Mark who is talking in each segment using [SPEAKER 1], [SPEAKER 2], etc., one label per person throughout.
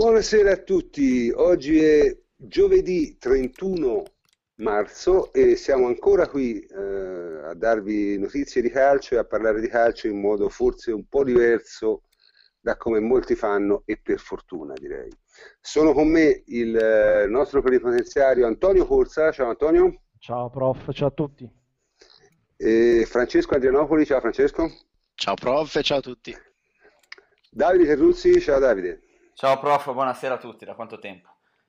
[SPEAKER 1] Buonasera a tutti, oggi è giovedì 31 marzo e siamo ancora qui a darvi notizie di calcio e a parlare di calcio in modo forse un po' diverso da come molti fanno e per fortuna direi. Sono con me il nostro plenipotenziario Antonio Corsa, ciao Antonio,
[SPEAKER 2] Ciao prof, ciao a tutti.
[SPEAKER 1] e Francesco Adrianopoli, ciao Francesco,
[SPEAKER 3] Ciao prof e ciao a tutti.
[SPEAKER 1] Davide Terruzzi, ciao Davide.
[SPEAKER 4] Ciao prof, buonasera a tutti, da quanto tempo?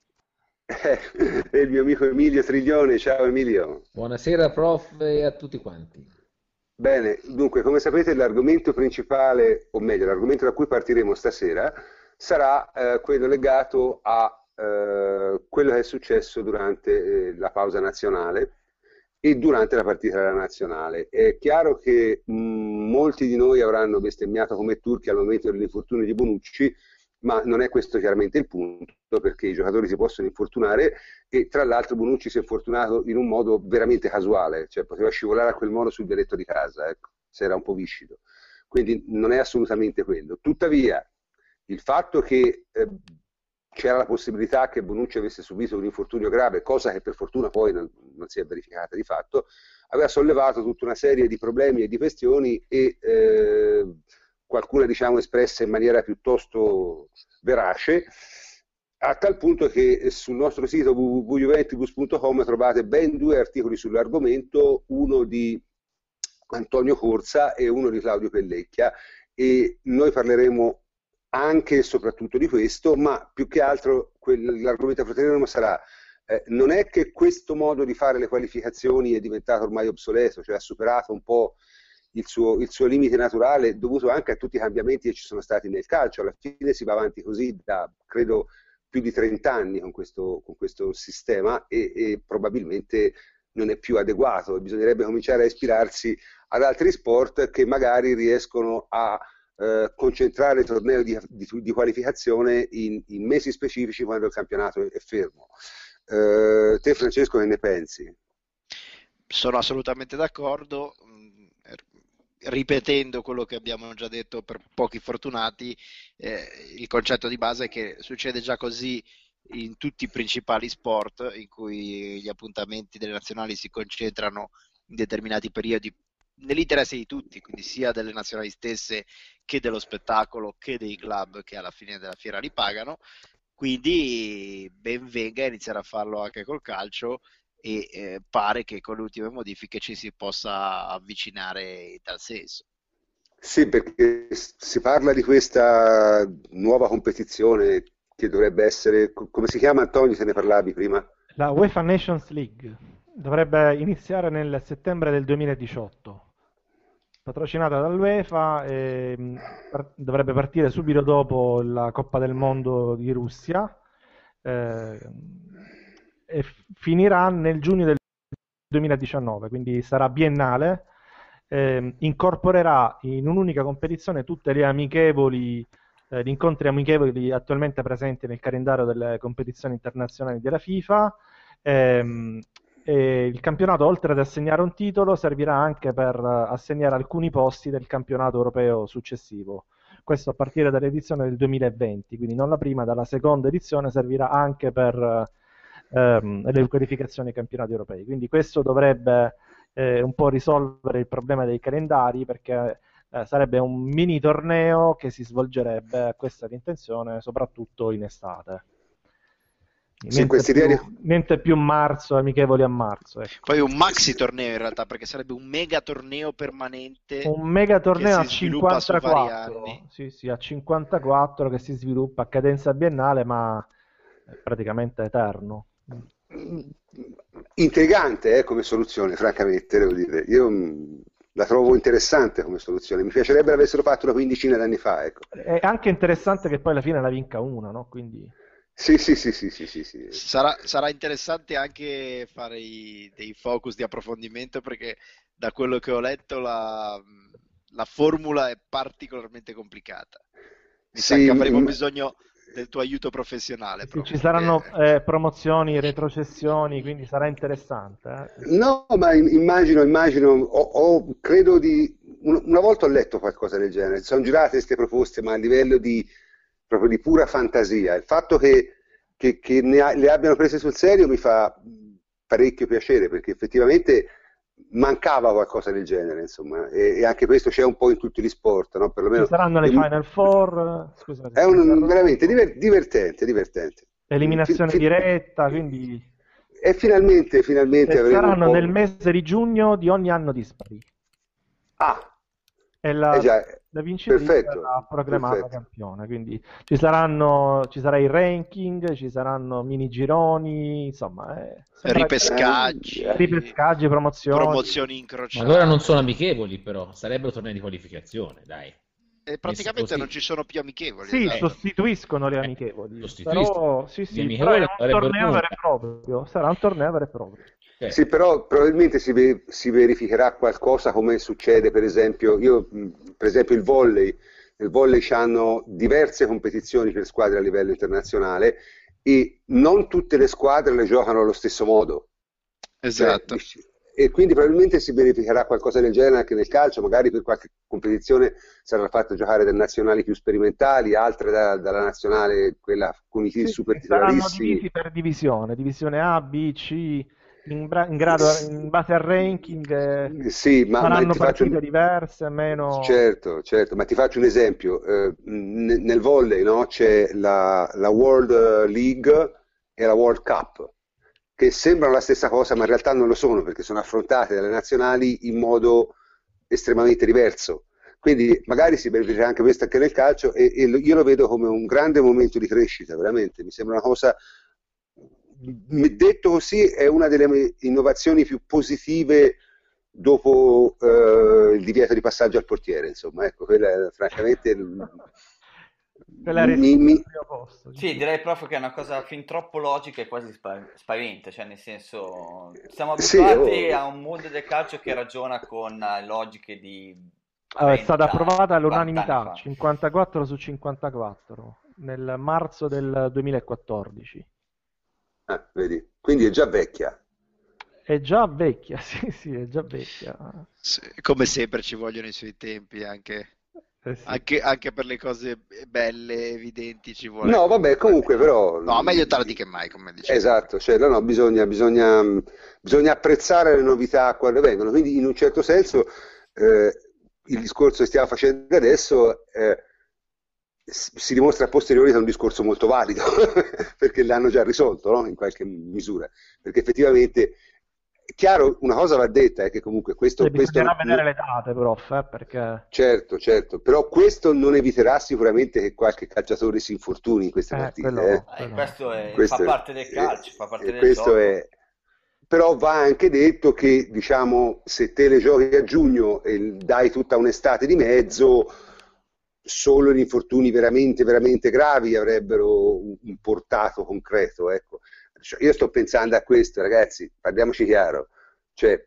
[SPEAKER 1] E il mio amico Emilio Triglione, ciao Emilio.
[SPEAKER 5] Buonasera prof e a tutti quanti.
[SPEAKER 1] Bene, dunque, come sapete l'argomento principale, o meglio, l'argomento da cui partiremo stasera sarà quello legato a quello che è successo durante la pausa nazionale e durante la partita della nazionale. È chiaro che molti di noi avranno bestemmiato come turchi al momento dell'infortunio di Bonucci, ma non è questo chiaramente il punto, perché i giocatori si possono infortunare e tra l'altro Bonucci si è infortunato in un modo veramente casuale, cioè poteva scivolare a quel modo sul vialetto di casa, ecco, se era un po' viscido. Quindi non è assolutamente quello. Tuttavia, il fatto che c'era la possibilità che Bonucci avesse subito un infortunio grave, cosa che per fortuna poi non si è verificata di fatto, aveva sollevato tutta una serie di problemi e di questioni e qualcuna diciamo espressa in maniera piuttosto verace, a tal punto che sul nostro sito www.juventus.com trovate ben due articoli sull'argomento, uno di Antonio Corsa e uno di Claudio Pellecchia, e noi parleremo anche e soprattutto di questo, ma più che altro l'argomento che tratteremo sarà non è che questo modo di fare le qualificazioni è diventato ormai obsoleto, cioè ha superato un po' il suo limite naturale dovuto anche a tutti i cambiamenti che ci sono stati nel calcio. Alla fine si va avanti così da, credo, più di 30 anni con questo sistema e probabilmente non è più adeguato. Bisognerebbe cominciare a ispirarsi ad altri sport che magari riescono a concentrare il torneo di qualificazione in mesi specifici quando il campionato è fermo. Te Francesco che ne pensi?
[SPEAKER 3] Sono assolutamente d'accordo, ripetendo quello che abbiamo già detto per pochi fortunati, il concetto di base è che succede già così in tutti i principali sport in cui gli appuntamenti delle nazionali si concentrano in determinati periodi nell'interesse di tutti, quindi sia delle nazionali stesse che dello spettacolo che dei club che alla fine della fiera li pagano. Quindi ben venga iniziare a farlo anche col calcio e pare che con le ultime modifiche ci si possa avvicinare in tal senso.
[SPEAKER 1] Sì, perché si parla di questa nuova competizione che dovrebbe essere, come si chiama Antonio, se ne parlavi prima?
[SPEAKER 2] La UEFA Nations League dovrebbe iniziare nel settembre del 2018, patrocinata dall'UEFA e dovrebbe partire subito dopo la Coppa del Mondo di Russia eh, e finirà nel giugno del 2019, quindi sarà biennale. Incorporerà in un'unica competizione tutte le amichevoli, gli incontri amichevoli attualmente presenti nel calendario delle competizioni internazionali della FIFA. E il campionato, oltre ad assegnare un titolo, servirà anche per assegnare alcuni posti del campionato europeo successivo. Questo a partire dall'edizione del 2020, quindi non la prima, dalla seconda edizione servirà anche per le qualificazioni ai campionati europei. Quindi questo dovrebbe un po' risolvere il problema dei calendari, perché sarebbe un mini torneo che si svolgerebbe, questa è l'intenzione, soprattutto in estate.
[SPEAKER 1] Sì,
[SPEAKER 2] Niente più marzo, amichevoli a marzo. Ecco.
[SPEAKER 3] Poi un maxi torneo in realtà, perché sarebbe un mega torneo permanente.
[SPEAKER 2] Un mega torneo a
[SPEAKER 3] che si sviluppa su vari
[SPEAKER 2] 54,
[SPEAKER 3] anni.
[SPEAKER 2] sì, a 54 che si sviluppa a cadenza biennale, ma è praticamente eterno.
[SPEAKER 1] Intrigante come soluzione, francamente, devo dire. Io la trovo interessante come soluzione. Mi piacerebbe l'avessero fatto una quindicina d'anni fa, ecco.
[SPEAKER 2] È anche interessante che poi alla fine la vinca una, no? Quindi...
[SPEAKER 1] Sì.
[SPEAKER 3] Sarà interessante anche fare dei focus di approfondimento, perché da quello che ho letto la formula è particolarmente complicata. Mi sa che avremo bisogno del tuo aiuto professionale.
[SPEAKER 2] Sì, ci saranno promozioni, retrocessioni, quindi sarà interessante.
[SPEAKER 1] No, ma immagino, credo una volta ho letto qualcosa del genere, sono girate queste proposte, ma a livello di proprio di pura fantasia. Il fatto che le abbiano prese sul serio mi fa parecchio piacere, perché effettivamente mancava qualcosa del genere, insomma, e anche questo c'è un po' in tutti gli sport, no?
[SPEAKER 2] Ci
[SPEAKER 1] Perlomeno
[SPEAKER 2] saranno le Final Four, scusa se
[SPEAKER 1] è
[SPEAKER 2] ti
[SPEAKER 1] veramente
[SPEAKER 2] interrompo,
[SPEAKER 1] divertente, divertente.
[SPEAKER 2] eliminazione diretta, quindi...
[SPEAKER 1] E finalmente
[SPEAKER 2] E
[SPEAKER 1] avremo un
[SPEAKER 2] saranno nel
[SPEAKER 1] po'...
[SPEAKER 2] mese di giugno di ogni anno dispari.
[SPEAKER 1] Ah,
[SPEAKER 2] E
[SPEAKER 1] già,
[SPEAKER 2] la vincitrice
[SPEAKER 1] perfetto,
[SPEAKER 2] verrà proclamata
[SPEAKER 1] perfetto.
[SPEAKER 2] campione, quindi ci sarà il ranking, ci saranno mini gironi, insomma, sembra
[SPEAKER 3] Ripescaggi,
[SPEAKER 2] ripescaggi, promozioni.
[SPEAKER 3] promozioni
[SPEAKER 5] Ma allora non sono
[SPEAKER 3] incrociate.
[SPEAKER 5] amichevoli, però, sarebbero tornei di qualificazione, dai.
[SPEAKER 3] E
[SPEAKER 5] Messi
[SPEAKER 3] praticamente non
[SPEAKER 5] così.
[SPEAKER 3] ci sono più amichevoli,
[SPEAKER 2] Sì,
[SPEAKER 3] esatto.
[SPEAKER 2] sostituiscono le
[SPEAKER 5] Eh,
[SPEAKER 2] amichevoli,
[SPEAKER 5] sostituiscono.
[SPEAKER 2] però
[SPEAKER 5] Gli
[SPEAKER 2] sì, però è
[SPEAKER 5] amichevoli
[SPEAKER 2] un
[SPEAKER 5] sarebbero
[SPEAKER 2] torneo vero
[SPEAKER 5] nulla.
[SPEAKER 2] e proprio, sarà un torneo vero e proprio.
[SPEAKER 1] Sì,
[SPEAKER 5] Certo.
[SPEAKER 1] però probabilmente si verificherà qualcosa come succede per esempio, per esempio nel volley hanno diverse competizioni per squadre a livello internazionale e non tutte le squadre le giocano allo stesso modo. Cioè,
[SPEAKER 3] Esatto.
[SPEAKER 1] e quindi probabilmente si verificherà qualcosa del genere anche nel calcio, magari per qualche competizione saranno fatte giocare dalle nazionali più sperimentali, altre dalla nazionale, quella con i
[SPEAKER 2] Sì,
[SPEAKER 1] super
[SPEAKER 2] saranno
[SPEAKER 1] titolarissimi.
[SPEAKER 2] divisi per divisione A, B, C, in base al ranking,
[SPEAKER 1] Sì, ma
[SPEAKER 2] saranno
[SPEAKER 1] ti faccio
[SPEAKER 2] partite diverse, meno...
[SPEAKER 1] certo, certo, ma ti faccio un esempio. Nel volley, no, c'è la World League e la World Cup, che sembrano la stessa cosa, ma in realtà non lo sono, perché sono affrontate dalle nazionali in modo estremamente diverso. Quindi magari si verificherà anche questo anche nel calcio io lo vedo come un grande momento di crescita, veramente. Mi sembra una cosa, detto così, è una delle innovazioni più positive dopo il divieto di passaggio al portiere, insomma, ecco, quella francamente
[SPEAKER 2] Quella resterà al
[SPEAKER 1] mi-
[SPEAKER 2] primo posto. Sì,
[SPEAKER 4] Sì,
[SPEAKER 2] sì.
[SPEAKER 4] direi proprio che è una cosa fin troppo logica e quasi spaventa, cioè nel senso siamo
[SPEAKER 1] sì,
[SPEAKER 4] abituati a un mondo del calcio che ragiona con logiche di
[SPEAKER 2] È stata
[SPEAKER 4] 30,
[SPEAKER 2] approvata
[SPEAKER 4] 40 anni
[SPEAKER 2] all'unanimità,
[SPEAKER 4] fa.
[SPEAKER 2] 54 su 54, nel marzo del 2014.
[SPEAKER 1] vedi, quindi è già vecchia.
[SPEAKER 2] È già vecchia, sì, sì, è già vecchia.
[SPEAKER 3] Sì, come sempre ci vogliono i suoi tempi, anche,
[SPEAKER 2] Eh sì.
[SPEAKER 3] anche per le cose belle, evidenti, ci vuole
[SPEAKER 1] No, vabbè,
[SPEAKER 3] comunque.
[SPEAKER 1] comunque però,
[SPEAKER 3] No, meglio tardi che mai, come dicevi tu.
[SPEAKER 1] esatto, cioè, no, bisogna apprezzare le novità quando vengono, quindi in un certo senso eh, il discorso che stiamo facendo adesso si dimostra a posteriori che è un discorso molto valido, perché l'hanno già risolto, no? In qualche misura, perché effettivamente, è chiaro, una cosa va detta, è che comunque
[SPEAKER 2] Bisognerà vedere le date, prof, perché
[SPEAKER 1] certo, certo, però questo non eviterà sicuramente che qualche calciatore si infortuni in queste
[SPEAKER 2] quello
[SPEAKER 1] partite.
[SPEAKER 2] no,
[SPEAKER 4] E
[SPEAKER 2] quello no.
[SPEAKER 4] questo fa
[SPEAKER 1] Questo,
[SPEAKER 4] parte del calcio, fa parte del
[SPEAKER 1] questo
[SPEAKER 4] gioco.
[SPEAKER 1] è... Però va anche detto che, diciamo, se te le giochi a giugno e dai tutta un'estate di mezzo, solo gli infortuni veramente, veramente gravi avrebbero un portato concreto, ecco. Cioè, io sto pensando a questo, ragazzi, parliamoci chiaro. Cioè,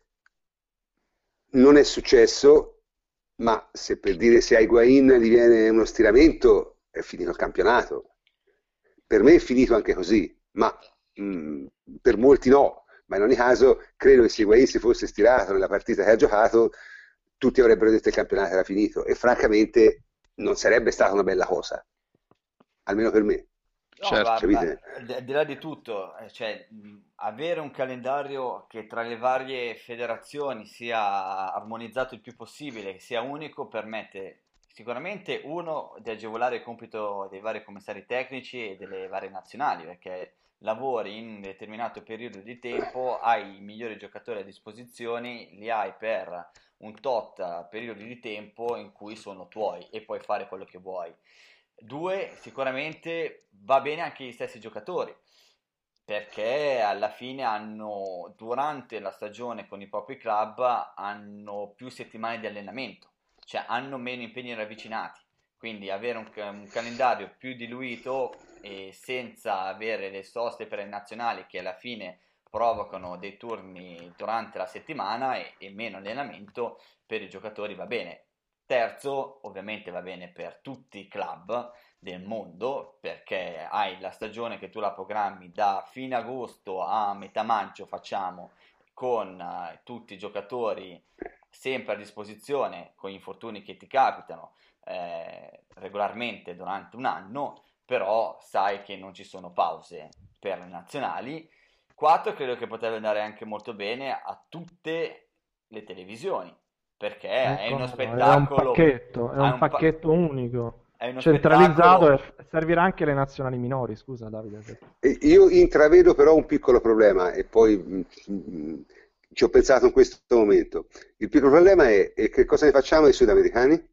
[SPEAKER 1] non è successo, ma se per dire se a Higuain gli viene uno stiramento, è finito il campionato. Per me è finito anche così, ma mh, per molti no. Ma in ogni caso, credo che se Higuain si fosse stirato nella partita che ha giocato, tutti avrebbero detto che il campionato era finito. E francamente non sarebbe stata una bella cosa, almeno per me.
[SPEAKER 4] No,
[SPEAKER 3] Certo.
[SPEAKER 1] Capite?
[SPEAKER 4] al di là di tutto, cioè, avere un calendario che tra le varie federazioni sia armonizzato il più possibile, che sia unico, permette sicuramente uno di agevolare il compito dei vari commissari tecnici e delle varie nazionali, perché lavori in un determinato periodo di tempo, hai i migliori giocatori a disposizione, li hai per un tot periodo di tempo in cui sono tuoi e puoi fare quello che vuoi. Due, sicuramente va bene anche gli stessi giocatori, perché alla fine hanno, durante la stagione con i propri club, hanno più settimane di allenamento, cioè hanno meno impegni ravvicinati, quindi avere un calendario più diluito e senza avere le soste per le nazionali che alla fine provocano dei turni durante la settimana e meno allenamento per i giocatori va bene. Terzo, ovviamente va bene per tutti i club del mondo perché hai la stagione che tu la programmi da fine agosto a metà maggio facciamo con tutti i giocatori sempre a disposizione con gli infortuni che ti capitano regolarmente durante un anno però sai che non ci sono pause per le nazionali. 4 credo che potrebbe andare anche molto bene a tutte le televisioni, perché è uno
[SPEAKER 2] Come no,
[SPEAKER 4] spettacolo,
[SPEAKER 2] è
[SPEAKER 4] è
[SPEAKER 2] un
[SPEAKER 4] un pa-
[SPEAKER 2] pacchetto unico,
[SPEAKER 4] è uno
[SPEAKER 2] centralizzato
[SPEAKER 4] spettacolo.
[SPEAKER 2] e servirà anche alle nazionali minori, scusa Davide.
[SPEAKER 1] E io intravedo però un piccolo problema e poi ci ho pensato in questo momento. Il piccolo problema è che cosa ne facciamo ai sudamericani?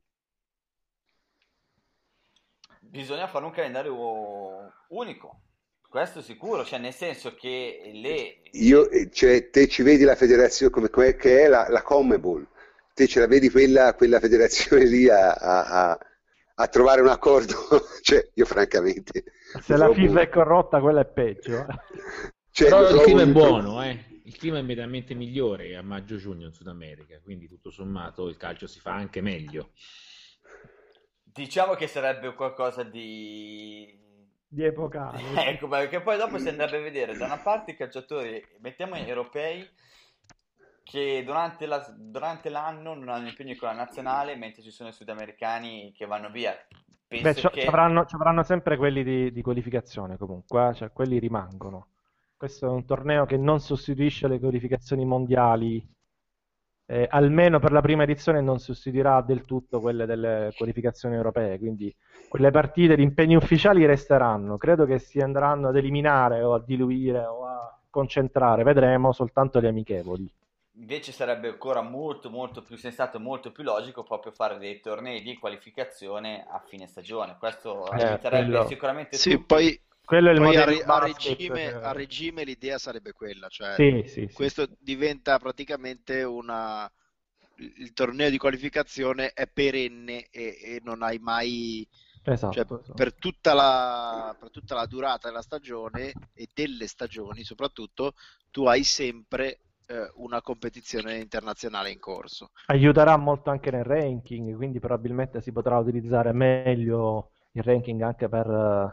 [SPEAKER 4] Bisogna fare un calendario unico, questo sicuro, cioè nel senso che
[SPEAKER 1] Cioè, te ci vedi la federazione che è la Conmebol, te ce la vedi quella federazione lì a trovare un accordo? Cioè, io francamente lo
[SPEAKER 2] Se la
[SPEAKER 1] trovo,
[SPEAKER 2] FIFA è corrotta, quella è peggio.
[SPEAKER 1] cioè, lo
[SPEAKER 5] Però il
[SPEAKER 1] trovo
[SPEAKER 5] clima è
[SPEAKER 1] un-
[SPEAKER 5] buono, eh. Il clima è immediatamente migliore a maggio-giugno in Sud America, quindi tutto sommato il calcio si fa anche meglio.
[SPEAKER 4] diciamo che sarebbe qualcosa di...
[SPEAKER 2] Di epocale, sì.
[SPEAKER 4] Ecco, perché poi dopo si andrebbe a vedere da una parte i calciatori, mettiamo europei, che durante l'anno non hanno impegni con la nazionale, mentre ci sono i sudamericani che vanno via.
[SPEAKER 2] Beh,
[SPEAKER 4] Penso che
[SPEAKER 2] ci avranno sempre quelli di qualificazione comunque, cioè quelli rimangono. Questo è un torneo che non sostituisce le qualificazioni mondiali, almeno per la prima edizione non sostituirà del tutto quelle delle qualificazioni europee, quindi quelle partite di impegni ufficiali resteranno. Credo che si andranno ad eliminare o a diluire o a concentrare, vedremo, soltanto le amichevoli.
[SPEAKER 4] invece sarebbe ancora molto molto più sensato e molto più logico proprio fare dei tornei di qualificazione a fine stagione. Questo aiuterebbe
[SPEAKER 2] Quello,
[SPEAKER 4] sicuramente
[SPEAKER 3] Sì,
[SPEAKER 4] tutti.
[SPEAKER 2] quello è il
[SPEAKER 3] poi
[SPEAKER 2] modello
[SPEAKER 3] a
[SPEAKER 2] basket.
[SPEAKER 3] regime, a regime l'idea sarebbe quella, cioè
[SPEAKER 2] Sì, sì, sì,
[SPEAKER 3] questo
[SPEAKER 2] sì.
[SPEAKER 3] diventa praticamente il torneo di qualificazione è perenne e non hai mai, cioè
[SPEAKER 2] Esatto, esatto.
[SPEAKER 3] per tutta la durata della stagione e delle stagioni soprattutto, tu hai sempre una competizione internazionale in corso.
[SPEAKER 2] Aiuterà molto anche nel ranking, quindi probabilmente si potrà utilizzare meglio il ranking anche per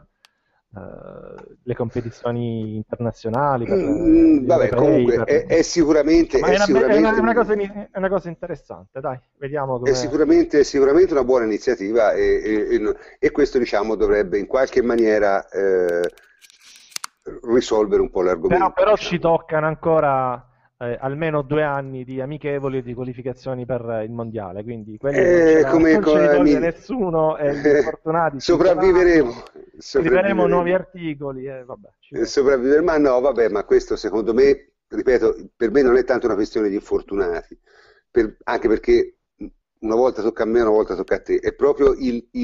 [SPEAKER 2] le competizioni internazionali, per gli
[SPEAKER 1] Vabbè,
[SPEAKER 2] europei.
[SPEAKER 1] comunque è sicuramente,
[SPEAKER 2] Ma
[SPEAKER 1] è
[SPEAKER 2] è
[SPEAKER 1] sicuramente,
[SPEAKER 2] una cosa, è una cosa interessante, dai, vediamo come...
[SPEAKER 1] è sicuramente una buona iniziativa e questo diciamo dovrebbe in qualche maniera risolvere un po' l'argomento,
[SPEAKER 2] Però ci
[SPEAKER 1] diciamo.
[SPEAKER 2] toccano ancora almeno 2 anni di amichevoli e di qualificazioni per il mondiale, quindi quelli
[SPEAKER 1] Eh, come,
[SPEAKER 2] non ce li
[SPEAKER 1] co-
[SPEAKER 2] toglie
[SPEAKER 1] mi-
[SPEAKER 2] nessuno e gli infortunati ci
[SPEAKER 1] sopravviveremo,
[SPEAKER 2] saranno, scriveremo nuovi
[SPEAKER 1] sopravviveremo.
[SPEAKER 2] articoli e vabbè, ci vedremo.
[SPEAKER 1] Sopravvivere, ma no, vabbè, ma questo secondo me, ripeto, per me non è tanto una questione di infortunati, anche perché una volta tocca a me, una volta tocca a te, è proprio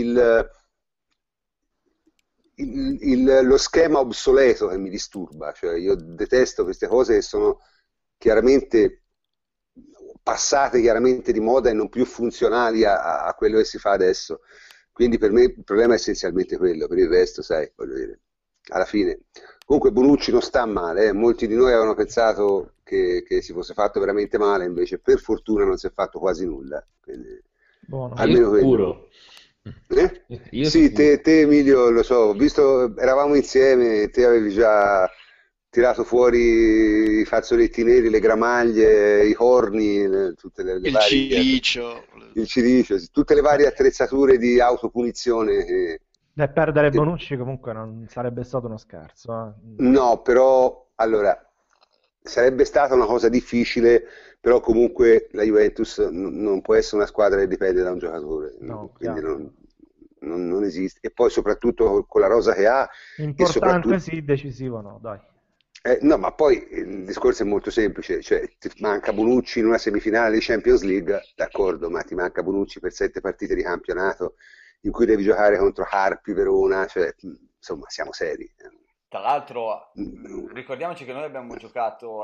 [SPEAKER 1] lo schema obsoleto che mi disturba, cioè io detesto queste cose che sono chiaramente passate chiaramente di moda e non più funzionali a quello che si fa adesso. Quindi per me il problema è essenzialmente quello, per il resto, sai, voglio dire, alla fine. Comunque Bonucci non sta male, molti di noi avevano pensato che si fosse fatto veramente male, invece per fortuna non si è fatto quasi nulla. Quindi,
[SPEAKER 2] Buono.
[SPEAKER 5] Ma io
[SPEAKER 1] almeno quello.
[SPEAKER 5] sicuro.
[SPEAKER 1] Eh?
[SPEAKER 5] Io
[SPEAKER 1] Sì,
[SPEAKER 5] sicuro.
[SPEAKER 1] te, Emilio, lo so, ho visto, eravamo insieme, te avevi già tirato fuori i fazzoletti neri, le gramaglie, i corni, tutte le
[SPEAKER 3] Il
[SPEAKER 1] varie,
[SPEAKER 3] cilicio.
[SPEAKER 1] il cilicio, sì, tutte le varie attrezzature di autopunizione.
[SPEAKER 2] E perdere
[SPEAKER 1] Che-
[SPEAKER 2] Bonucci comunque non sarebbe stato uno scherzo.
[SPEAKER 1] No, però, allora, sarebbe stata una cosa difficile, però comunque la Juventus non può essere una squadra che dipende da un giocatore,
[SPEAKER 2] No,
[SPEAKER 1] quindi
[SPEAKER 2] chiaro.
[SPEAKER 1] non esiste. E poi soprattutto con la rosa che ha e
[SPEAKER 2] Importante
[SPEAKER 1] soprattutto...
[SPEAKER 2] sì, decisivo no, dai.
[SPEAKER 1] No, ma poi il discorso è molto semplice, cioè ti manca Bonucci in una semifinale di Champions League, d'accordo, ma ti manca Bonucci per 7 partite di campionato in cui devi giocare contro Harpi, Verona, cioè, insomma, siamo seri.
[SPEAKER 4] Tra l'altro,
[SPEAKER 1] Mm,
[SPEAKER 4] ricordiamoci che noi abbiamo giocato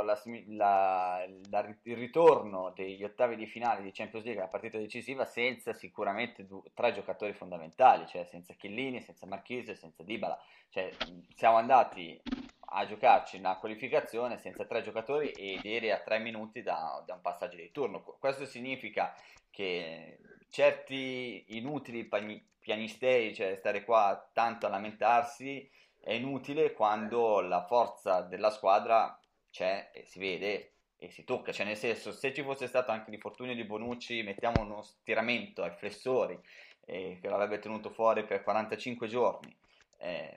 [SPEAKER 4] il ritorno degli ottavi di finale di Champions League, la partita decisiva, senza sicuramente tre giocatori fondamentali, cioè senza Chiellini, senza Marchisio, senza Dybala. Cioè, siamo andati a giocarci una qualificazione senza tre giocatori ed eri a 3 minuti da un passaggio di turno. Questo significa che certi inutili piagnistei, cioè stare qua tanto a lamentarsi, è inutile quando la forza della squadra c'è e si vede e si tocca, cioè nel senso, se ci fosse stato anche l'infortunio di Bonucci, mettiamo uno stiramento ai flessori che l'avrebbe tenuto fuori per 45 giorni, eh,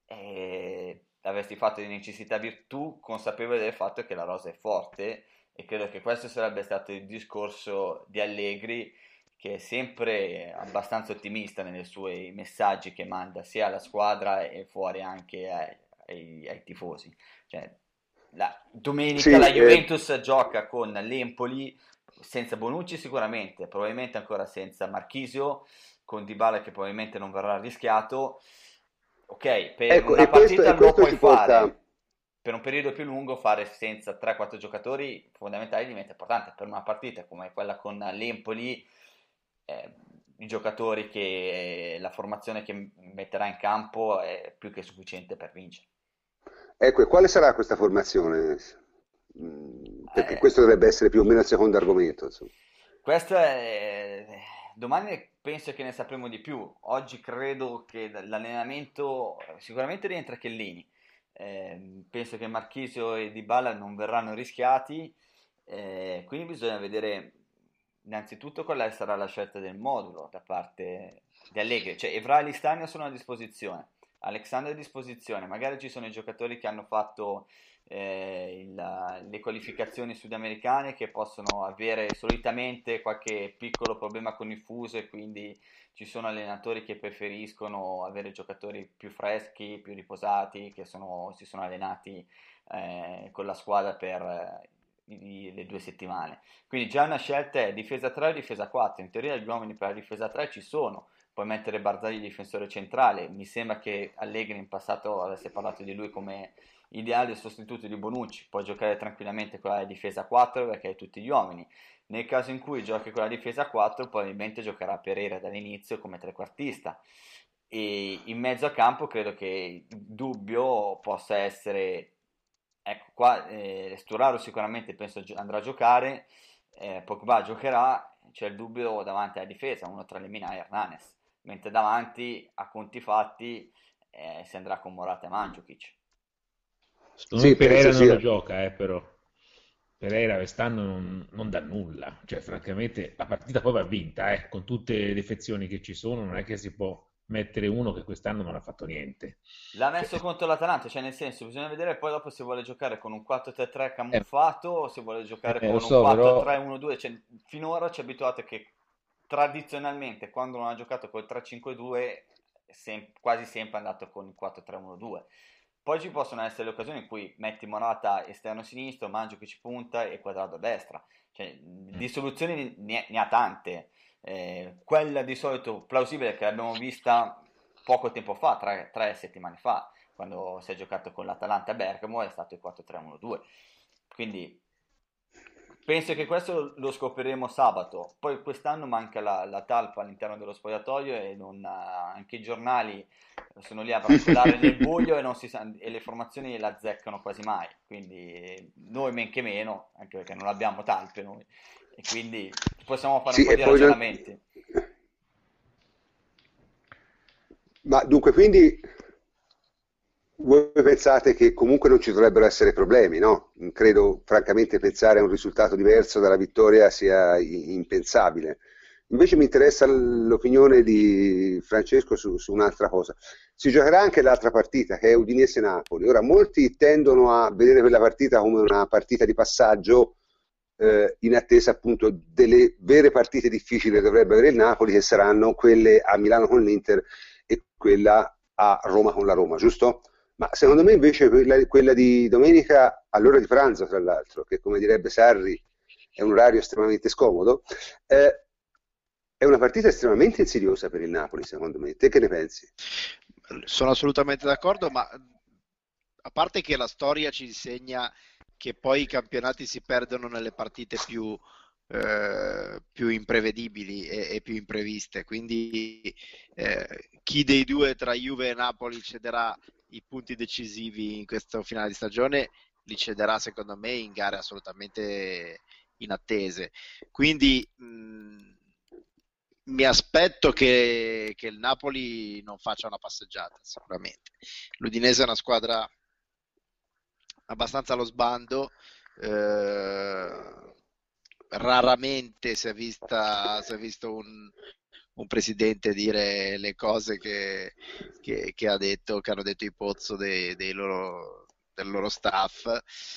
[SPEAKER 4] avresti fatto di necessità virtù, consapevole del fatto che la rosa è forte, e credo che questo sarebbe stato il discorso di Allegri, che è sempre abbastanza ottimista nei suoi messaggi che manda sia alla squadra e fuori anche ai tifosi. Cioè, domenica la
[SPEAKER 1] Sì,
[SPEAKER 4] Juventus gioca con l'Empoli senza Bonucci sicuramente, probabilmente ancora senza Marchisio, con Dybala che probabilmente non verrà rischiato. Ok, per
[SPEAKER 1] ecco,
[SPEAKER 4] una partita
[SPEAKER 1] e
[SPEAKER 4] lo
[SPEAKER 1] questo
[SPEAKER 4] puoi
[SPEAKER 1] ci porta.
[SPEAKER 4] fare, per un periodo più lungo fare senza 3-4 giocatori fondamentali diventa importante. Per una partita come quella con l'Empoli, eh, i giocatori che la formazione che metterà in campo è più che sufficiente per vincere.
[SPEAKER 1] Ecco, e quale sarà questa formazione? Perché
[SPEAKER 4] Eh,
[SPEAKER 1] questo dovrebbe essere più o meno il secondo argomento, insomma.
[SPEAKER 4] Questo è... Domani penso che ne sapremo di più. Oggi credo che l'allenamento sicuramente rientra Chiellini. Penso che Marchisio e Dybala non verranno rischiati, quindi bisogna vedere innanzitutto quale sarà la scelta del modulo da parte di Allegri. Cioè, Evra e Listagna sono a disposizione, Alexandro è a disposizione, magari ci sono i giocatori che hanno fatto le qualificazioni sudamericane che possono avere solitamente qualche piccolo problema con il fuso, e quindi ci sono allenatori che preferiscono avere giocatori più freschi, più riposati, che si sono allenati con la squadra per le 2 settimane. Quindi già una scelta è difesa 3 o difesa 4. In teoria gli uomini per la difesa 3 ci sono. Puoi mettere Barzagli difensore centrale. Mi sembra che Allegri in passato avesse parlato di lui come ideale sostituto di Bonucci. Può giocare tranquillamente con la difesa 4 perché hai tutti gli uomini. Nel caso in cui giochi con la difesa 4, probabilmente giocherà Pereira dall'inizio come trequartista. E in mezzo a campo credo che il dubbio possa essere, ecco qua, Sturaro sicuramente penso andrà a giocare, Pogba giocherà, c'è il dubbio davanti alla difesa, uno tra Lemina e Hernanes, mentre davanti a conti fatti si andrà con Morata e Mandzukic.
[SPEAKER 5] Secondo me
[SPEAKER 1] Sì, penso
[SPEAKER 5] Pereira non lo
[SPEAKER 1] sia.
[SPEAKER 5] gioca, però. Pereira quest'anno non dà nulla. Cioè, francamente, la partita poi va vinta, con tutte le defezioni che ci sono, non è che si può mettere uno che quest'anno non ha fatto niente.
[SPEAKER 4] L'ha
[SPEAKER 5] Cioè,
[SPEAKER 4] messo contro l'Atalanta, cioè nel senso bisogna vedere poi dopo se vuole giocare con un 4-3-3
[SPEAKER 5] eh,
[SPEAKER 4] camuffato o se vuole giocare
[SPEAKER 5] lo
[SPEAKER 4] con un
[SPEAKER 5] so, però
[SPEAKER 4] 4-3-1-2. Cioè, finora ci è abituato che tradizionalmente quando non ha giocato col 3-5-2 quasi sempre è andato con il 4-3-1-2. Poi ci possono essere le occasioni in cui metti Morata esterno sinistro, Mangio che ci punta e Quadrado a destra. Cioè, di soluzioni ne ha tante. Quella di solito plausibile che abbiamo vista poco tempo fa, 3 settimane fa, quando si è giocato con l'Atalanta a Bergamo, è stato il 4-3-1-2. Quindi penso che questo lo scopriremo sabato. Poi quest'anno manca la talpa all'interno dello spogliatoio e anche i giornali sono lì a brancolare nel buio e, e le formazioni le azzeccano quasi mai. Quindi noi men che meno, anche perché non abbiamo talpe noi, e quindi possiamo fare un
[SPEAKER 1] Sì,
[SPEAKER 4] po'
[SPEAKER 1] e
[SPEAKER 4] di
[SPEAKER 1] poi non.
[SPEAKER 4] ragionamenti.
[SPEAKER 1] Ma dunque, quindi voi pensate che comunque non ci dovrebbero essere problemi, no? Credo, francamente, pensare a un risultato diverso dalla vittoria sia impensabile. Invece mi interessa l'opinione di Francesco su un'altra cosa. Si giocherà anche l'altra partita, che è Udinese-Napoli. Ora, molti tendono a vedere quella partita come una partita di passaggio, in attesa appunto delle vere partite difficili che dovrebbe avere il Napoli, che saranno quelle a Milano con l'Inter e quella a Roma con la Roma, giusto? Ma secondo me invece quella di domenica all'ora di pranzo, tra l'altro, che come direbbe Sarri è un orario estremamente scomodo, è una partita estremamente insidiosa per il Napoli, secondo me. Te che ne pensi?
[SPEAKER 3] Sono assolutamente d'accordo, ma a parte che la storia ci insegna che poi i campionati si perdono nelle partite più imprevedibili e più impreviste, quindi chi dei due tra Juve e Napoli cederà i punti decisivi in questo finale di stagione li cederà secondo me in gare assolutamente inattese, quindi mi aspetto che il Napoli non faccia una passeggiata sicuramente. L'Udinese è una squadra abbastanza allo sbando, raramente si è visto un presidente dire le cose che hanno detto i Pozzo del loro staff.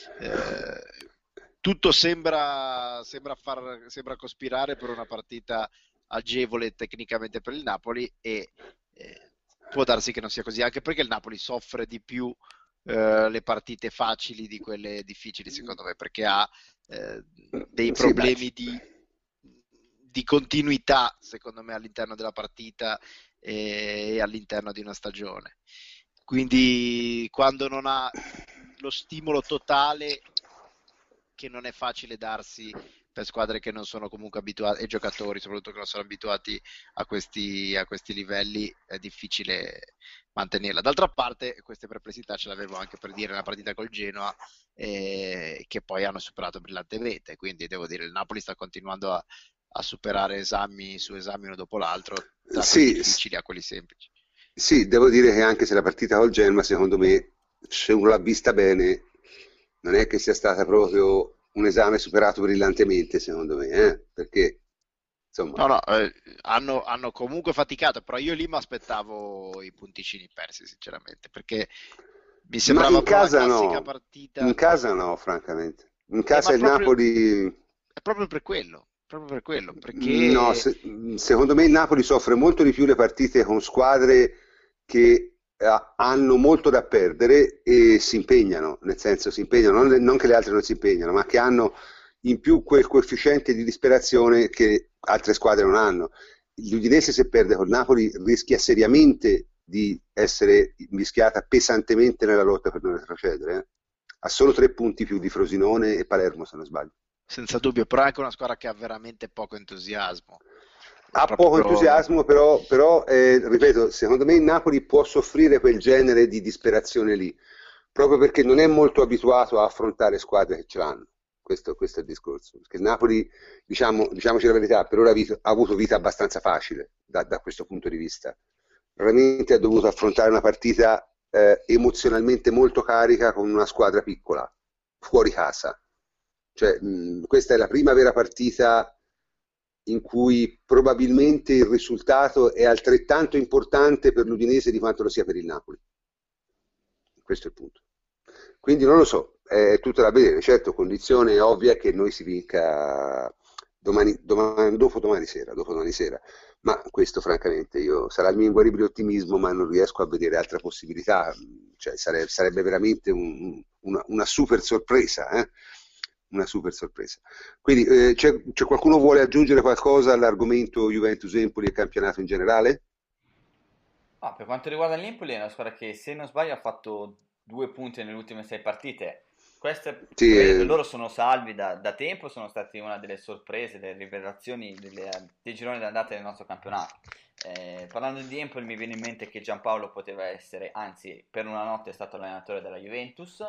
[SPEAKER 3] Tutto sembra cospirare per una partita agevole tecnicamente per il Napoli, e può darsi che non sia così, anche perché il Napoli soffre di più le partite facili di quelle difficili, secondo me, perché ha dei
[SPEAKER 1] Sì,
[SPEAKER 3] problemi di continuità, secondo me, all'interno della partita e all'interno di una stagione. Quindi quando non ha lo stimolo totale, che non è facile darsi per squadre che non sono comunque abituate, e giocatori soprattutto che non sono abituati a questi livelli, è difficile mantenerla. D'altra parte, queste perplessità ce l'avevo anche per dire nella partita col Genoa, che poi hanno superato brillantemente. Quindi devo dire, il Napoli sta continuando a superare esami su esami uno dopo l'altro, da quelli difficili a quelli semplici.
[SPEAKER 1] Sì, devo dire che anche se la partita col Genoa, secondo me, se uno l'ha vista bene, non è che sia stata proprio un esame superato brillantemente, secondo me, perché insomma.
[SPEAKER 3] No, hanno comunque faticato, però io lì mi aspettavo i punticini persi, sinceramente, perché mi
[SPEAKER 1] Ma
[SPEAKER 3] sembrava proprio la classica partita.
[SPEAKER 1] in casa no, francamente. In
[SPEAKER 3] Ma
[SPEAKER 1] casa il Napoli.
[SPEAKER 3] è proprio per quello,
[SPEAKER 1] No,
[SPEAKER 3] perché
[SPEAKER 1] secondo me il Napoli soffre molto di più le partite con squadre che hanno molto da perdere e si impegnano, nel senso si impegnano, non che le altre non si impegnano, ma che hanno in più quel coefficiente di disperazione che altre squadre non hanno. L'Udinese, se perde col Napoli, rischia seriamente di essere mischiata pesantemente nella lotta per non retrocedere. Ha solo 3 punti più di Frosinone e Palermo, se non sbaglio.
[SPEAKER 3] senza dubbio, però è anche una squadra che ha veramente poco entusiasmo.
[SPEAKER 1] Ha poco entusiasmo, però ripeto, secondo me il Napoli può soffrire quel genere di disperazione lì, proprio perché non è molto abituato a affrontare squadre che ce l'hanno. Questo è il discorso. Perché il Napoli, diciamoci la verità, per ora ha avuto vita abbastanza facile da questo punto di vista. Veramente ha dovuto affrontare una partita emozionalmente molto carica con una squadra piccola, fuori casa. Cioè, questa è la prima vera partita in cui probabilmente il risultato è altrettanto importante per l'Udinese di quanto lo sia per il Napoli. Questo è il punto. Quindi non lo so, è tutto da vedere. Certo, condizione ovvia che noi si vinca dopodomani sera, ma questo francamente sarà il mio inguaribile ottimismo, ma non riesco a vedere altra possibilità. Cioè, sarebbe veramente una super sorpresa, una super sorpresa. Quindi c'è qualcuno vuole aggiungere qualcosa all'argomento Juventus-Empoli e campionato in generale?
[SPEAKER 4] Per quanto riguarda l'Empoli, è una squadra che, se non sbaglio, ha fatto 2 punti nelle ultime 6 partite. Queste,
[SPEAKER 1] Sì,
[SPEAKER 4] loro sono salvi da tempo, sono stati una delle sorprese, delle rivelazioni dei gironi d'andata del nostro campionato. Parlando di Empoli, mi viene in mente che Giampaolo poteva essere, anzi, per una notte è stato allenatore della Juventus.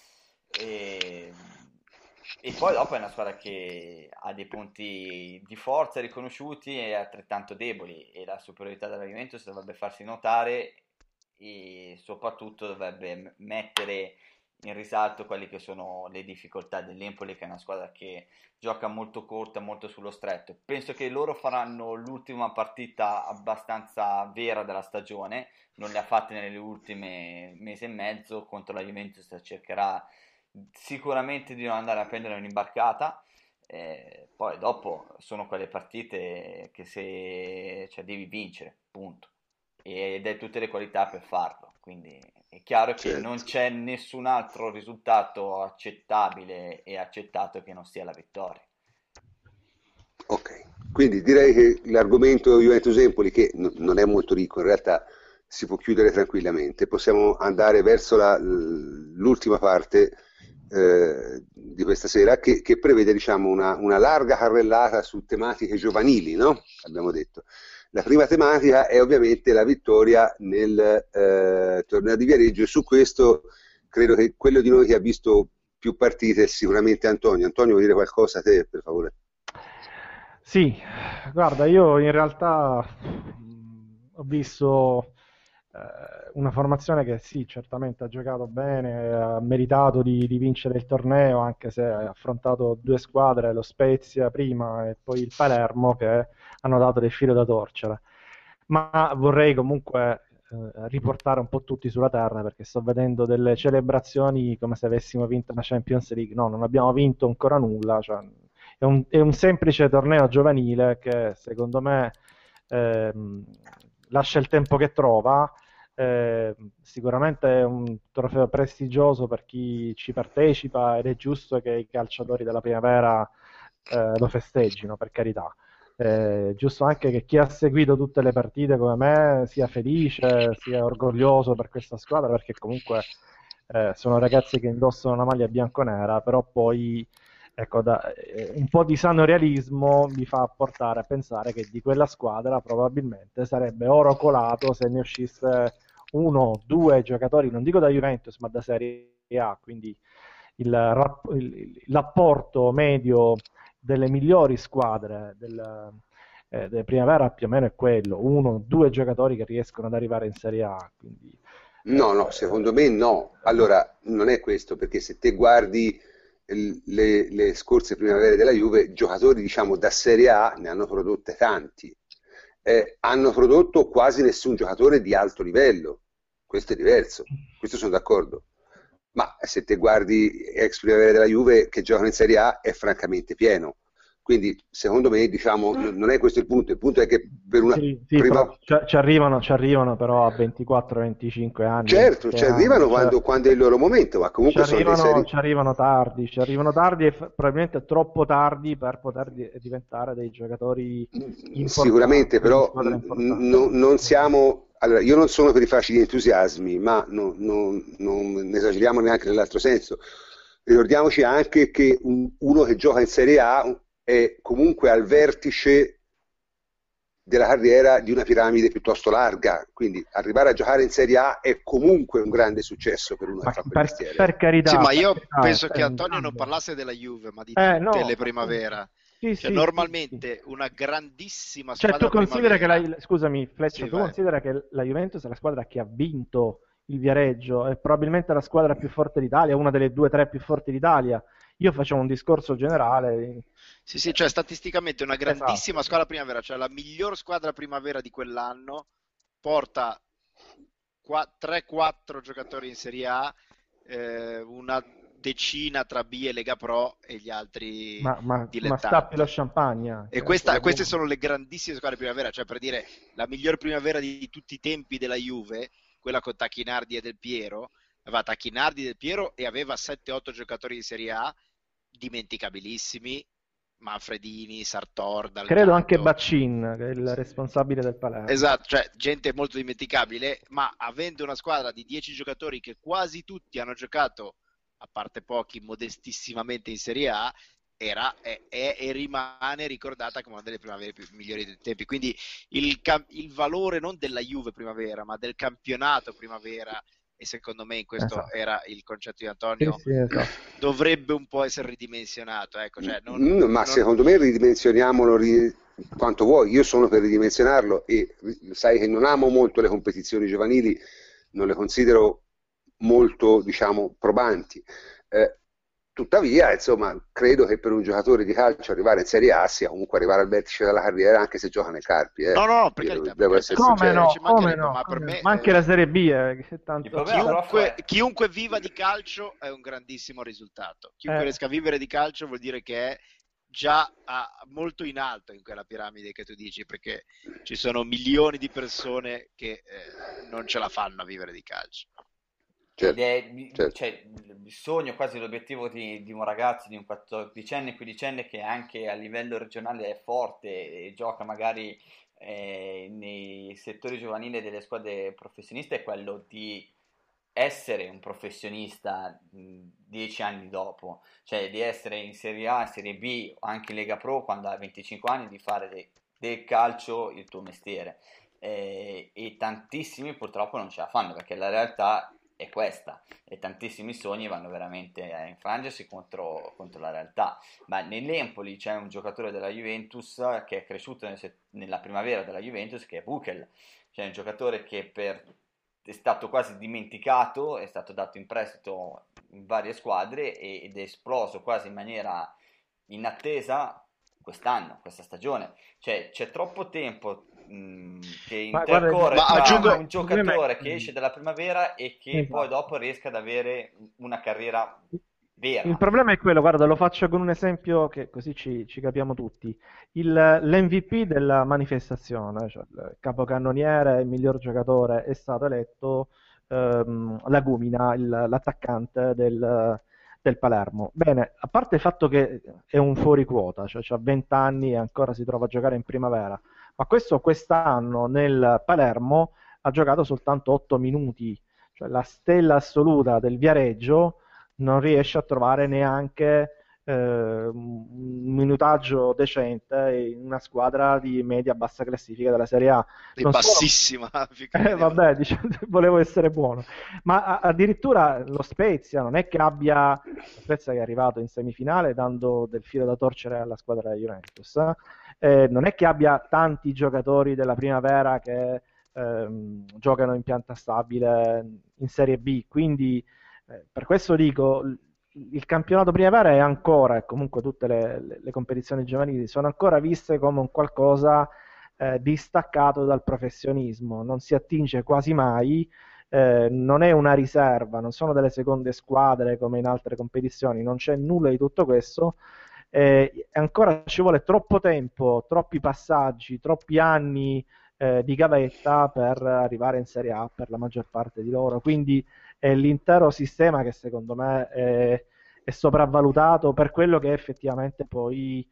[SPEAKER 4] E, e poi dopo è una squadra che ha dei punti di forza riconosciuti e altrettanto deboli, e la superiorità della Juventus dovrebbe farsi notare, e soprattutto dovrebbe mettere in risalto quelle che sono le difficoltà dell'Empoli, che è una squadra che gioca molto corta, molto sullo stretto. Penso che loro faranno l'ultima partita abbastanza vera della stagione, non le ha fatte nelle ultime mese e mezzo. Contro la Juventus cercherà sicuramente di non andare a prendere un'imbarcata. Poi dopo sono quelle partite che cioè, devi vincere, punto, ed hai tutte le qualità per farlo. Quindi è chiaro che non
[SPEAKER 1] certo.
[SPEAKER 4] c'è nessun altro risultato accettabile e accettato che non sia la vittoria.
[SPEAKER 1] Ok, quindi direi che l'argomento Juventus-Empoli, che non è molto ricco, in realtà si può chiudere tranquillamente. Possiamo andare verso l'ultima parte di questa sera, che prevede, diciamo, una larga carrellata su tematiche giovanili, no? Abbiamo detto. La prima tematica è ovviamente la vittoria nel torneo di Viareggio, e su questo credo che quello di noi che ha visto più partite è sicuramente Antonio. Antonio, vuoi dire qualcosa a te, per favore?
[SPEAKER 2] Sì, guarda, io in realtà ho visto una formazione che sì, certamente ha giocato bene, ha meritato di vincere il torneo, anche se ha affrontato due squadre, lo Spezia prima e poi il Palermo, che hanno dato del filo da torcere. Ma vorrei comunque riportare un po' tutti sulla terra, perché sto vedendo delle celebrazioni come se avessimo vinto la Champions League. No, non abbiamo vinto ancora nulla, cioè, è un semplice torneo giovanile che secondo me ehm, lascia il tempo che trova. Sicuramente è un trofeo prestigioso per chi ci partecipa ed è giusto che i calciatori della primavera lo festeggino, per carità. Giusto anche che chi ha seguito tutte le partite come me sia felice, sia orgoglioso per questa squadra, perché comunque sono ragazzi che indossano la maglia bianconera, però poi ecco, un po' di sano realismo mi fa portare a pensare che di quella squadra probabilmente sarebbe oro colato se ne uscisse uno, due giocatori, non dico da Juventus, ma da Serie A, quindi l'apporto medio delle migliori squadre del Primavera più o meno è quello, uno, due giocatori che riescono ad arrivare in Serie A, quindi
[SPEAKER 1] No, no, secondo me no. Allora, non è questo, perché se te guardi le scorse primavere della Juve, giocatori, diciamo, da Serie A ne hanno prodotte tanti. Hanno prodotto quasi nessun giocatore di alto livello. Questo è diverso, questo sono d'accordo. Ma se te guardi ex primavera della Juve che giocano in Serie A è francamente pieno. Quindi, secondo me, diciamo, non è questo il punto è che per una
[SPEAKER 2] sì, sì,
[SPEAKER 1] prima.
[SPEAKER 2] però ci arrivano però a 24-25 anni,
[SPEAKER 1] Certo,
[SPEAKER 2] 26
[SPEAKER 1] ci arrivano
[SPEAKER 2] anni, cioè,
[SPEAKER 1] quando è il loro momento, ma
[SPEAKER 2] ci
[SPEAKER 1] comunque sono dei
[SPEAKER 2] arrivano,
[SPEAKER 1] seri.
[SPEAKER 2] ci arrivano tardi e probabilmente troppo tardi per poter diventare dei giocatori
[SPEAKER 1] Sicuramente,
[SPEAKER 2] importanti, di
[SPEAKER 1] però
[SPEAKER 2] squadra importanti.
[SPEAKER 1] non siamo. Allora, io non sono per i facili entusiasmi, ma non ne esageriamo neanche nell'altro senso. Ricordiamoci anche che uno che gioca in Serie A è comunque al vertice della carriera di una piramide piuttosto larga, quindi arrivare a giocare in Serie A è comunque un grande successo per uno che
[SPEAKER 2] Ma
[SPEAKER 1] fa quel
[SPEAKER 2] per,
[SPEAKER 1] mestiere.
[SPEAKER 2] per
[SPEAKER 3] Sì,
[SPEAKER 2] carità,
[SPEAKER 3] ma
[SPEAKER 2] per
[SPEAKER 3] io
[SPEAKER 2] carità,
[SPEAKER 3] penso che
[SPEAKER 2] è un
[SPEAKER 3] Antonio non
[SPEAKER 2] grande.
[SPEAKER 3] parlasse della Juve, ma di tutte
[SPEAKER 2] No,
[SPEAKER 3] le
[SPEAKER 2] appunto.
[SPEAKER 3] primavera.
[SPEAKER 2] Sì,
[SPEAKER 3] Cioè,
[SPEAKER 2] sì, sì, sì.
[SPEAKER 3] normalmente una grandissima
[SPEAKER 2] Cioè, tu
[SPEAKER 3] squadra
[SPEAKER 2] considera che
[SPEAKER 3] primavera.
[SPEAKER 2] scusami, Fleccia,
[SPEAKER 3] Sì,
[SPEAKER 2] tu
[SPEAKER 3] vai.
[SPEAKER 2] considera che la Juventus è la squadra che ha vinto il Viareggio, è probabilmente la squadra più forte d'Italia, una delle due o tre più forti d'Italia. Io facevo un discorso generale.
[SPEAKER 3] Sì, sì, cioè statisticamente una
[SPEAKER 2] Esatto,
[SPEAKER 3] grandissima squadra primavera, cioè la miglior squadra primavera di quell'anno, porta 3-4 giocatori in Serie A, una decina tra B e Lega Pro e gli altri
[SPEAKER 2] ma stappi lo
[SPEAKER 3] dilettanti.
[SPEAKER 2] champagne,
[SPEAKER 3] E
[SPEAKER 2] cioè, quello
[SPEAKER 3] queste
[SPEAKER 2] buono.
[SPEAKER 3] sono le grandissime squadre primavera, cioè per dire la miglior primavera di tutti i tempi della Juve, quella con Tacchinardi e Del Piero, aveva Tacchinardi e Del Piero e aveva 7-8 giocatori in Serie A dimenticabilissimi, Manfredini, Sartor dal
[SPEAKER 2] Credo anche
[SPEAKER 3] canto.
[SPEAKER 2] Baccin, che è il responsabile del Palermo.
[SPEAKER 3] Esatto, cioè gente molto dimenticabile, ma avendo una squadra di 10 giocatori che quasi tutti hanno giocato, a parte pochi, modestissimamente in Serie A, è e rimane ricordata come una delle primavere migliori dei tempi. Quindi il valore non della Juve primavera, ma del campionato primavera, e secondo me in questo
[SPEAKER 2] Esatto.
[SPEAKER 3] era il concetto di
[SPEAKER 2] Sì,
[SPEAKER 3] Antonio,
[SPEAKER 2] sì, esatto.
[SPEAKER 3] dovrebbe un po' essere ridimensionato. Ecco, cioè
[SPEAKER 1] Ma secondo me ridimensioniamolo quanto vuoi, io sono per ridimensionarlo e sai che non amo molto le competizioni giovanili, non le considero molto, diciamo, probanti. Eh, Tuttavia, insomma, credo che per un giocatore di calcio arrivare in Serie A sia comunque arrivare al vertice della carriera anche se gioca nei Carpi,
[SPEAKER 3] No, no, no,
[SPEAKER 1] Io
[SPEAKER 3] per
[SPEAKER 1] devo
[SPEAKER 3] carità,
[SPEAKER 1] essere
[SPEAKER 2] Come
[SPEAKER 1] sincero.
[SPEAKER 2] no,
[SPEAKER 3] ci
[SPEAKER 2] come
[SPEAKER 3] mancherebbe,
[SPEAKER 2] no,
[SPEAKER 3] ma per
[SPEAKER 2] come no.
[SPEAKER 3] me
[SPEAKER 2] Ma anche la Serie B, che
[SPEAKER 4] Il
[SPEAKER 2] tanto.
[SPEAKER 4] problema però
[SPEAKER 3] chiunque viva di calcio è un grandissimo risultato. Chiunque
[SPEAKER 2] Eh,
[SPEAKER 3] riesca a vivere di calcio vuol dire che è già molto in alto in quella piramide che tu dici, perché ci sono milioni di persone che non ce la fanno a vivere di calcio.
[SPEAKER 4] ed
[SPEAKER 1] Certo,
[SPEAKER 4] è
[SPEAKER 1] certo.
[SPEAKER 4] cioè, il sogno, quasi l'obiettivo di un ragazzo, di un 14enne, 15enne che anche a livello regionale è forte e gioca magari nei settori giovanili delle squadre professioniste è quello di essere un professionista 10 anni dopo, cioè di essere in Serie A, Serie B o anche in Lega Pro quando hai 25 anni, di fare del calcio il tuo mestiere. E tantissimi purtroppo non ce la fanno perché la realtà è questa e tantissimi sogni vanno veramente a infrangersi contro la realtà. Ma nell'Empoli c'è un giocatore della Juventus che è cresciuto nella primavera della Juventus che è Buchel, cioè un giocatore che per è stato quasi dimenticato, è stato dato in prestito in varie squadre ed è esploso quasi in maniera inattesa quest'anno, questa stagione. Cioè c'è troppo tempo che
[SPEAKER 2] Ma guarda,
[SPEAKER 4] intercorre
[SPEAKER 3] Ma
[SPEAKER 4] tra
[SPEAKER 3] aggiungo,
[SPEAKER 4] un giocatore che esce dalla primavera e che poi
[SPEAKER 2] Esatto.
[SPEAKER 4] dopo riesca ad avere una carriera
[SPEAKER 2] Il
[SPEAKER 4] vera.
[SPEAKER 2] problema è quello, guarda, lo faccio con un esempio che così ci capiamo tutti. L'MVP della manifestazione, cioè il capocannoniere, il miglior giocatore, è stato eletto Lagumina, l'attaccante del Palermo. Bene, a parte il fatto che è un fuori quota, cioè ha 20 anni e ancora si trova a giocare in primavera, ma questo quest'anno nel Palermo ha giocato soltanto 8 minuti, cioè la stella assoluta del Viareggio non riesce a trovare neanche un minutaggio decente in una squadra di media-bassa classifica della Serie A.
[SPEAKER 3] è
[SPEAKER 2] Non solo,
[SPEAKER 3] bassissima, figurati.
[SPEAKER 2] vabbè, volevo essere buono, ma addirittura lo Spezia non è che abbia, lo Spezia che è arrivato in semifinale dando del filo da torcere alla squadra della Juventus, non è che abbia tanti giocatori della primavera che giocano in pianta stabile in Serie B, quindi per questo dico, il campionato primavera è ancora, e comunque tutte le competizioni giovanili sono ancora viste come un qualcosa distaccato dal professionismo, non si attinge quasi mai, non è una riserva, non sono delle seconde squadre come in altre competizioni, non c'è nulla di tutto questo. Ancora ci vuole troppo tempo, troppi passaggi, troppi anni di gavetta per arrivare in Serie A per la maggior parte di loro. Quindi è l'intero sistema che secondo me è sopravvalutato per quello che effettivamente poi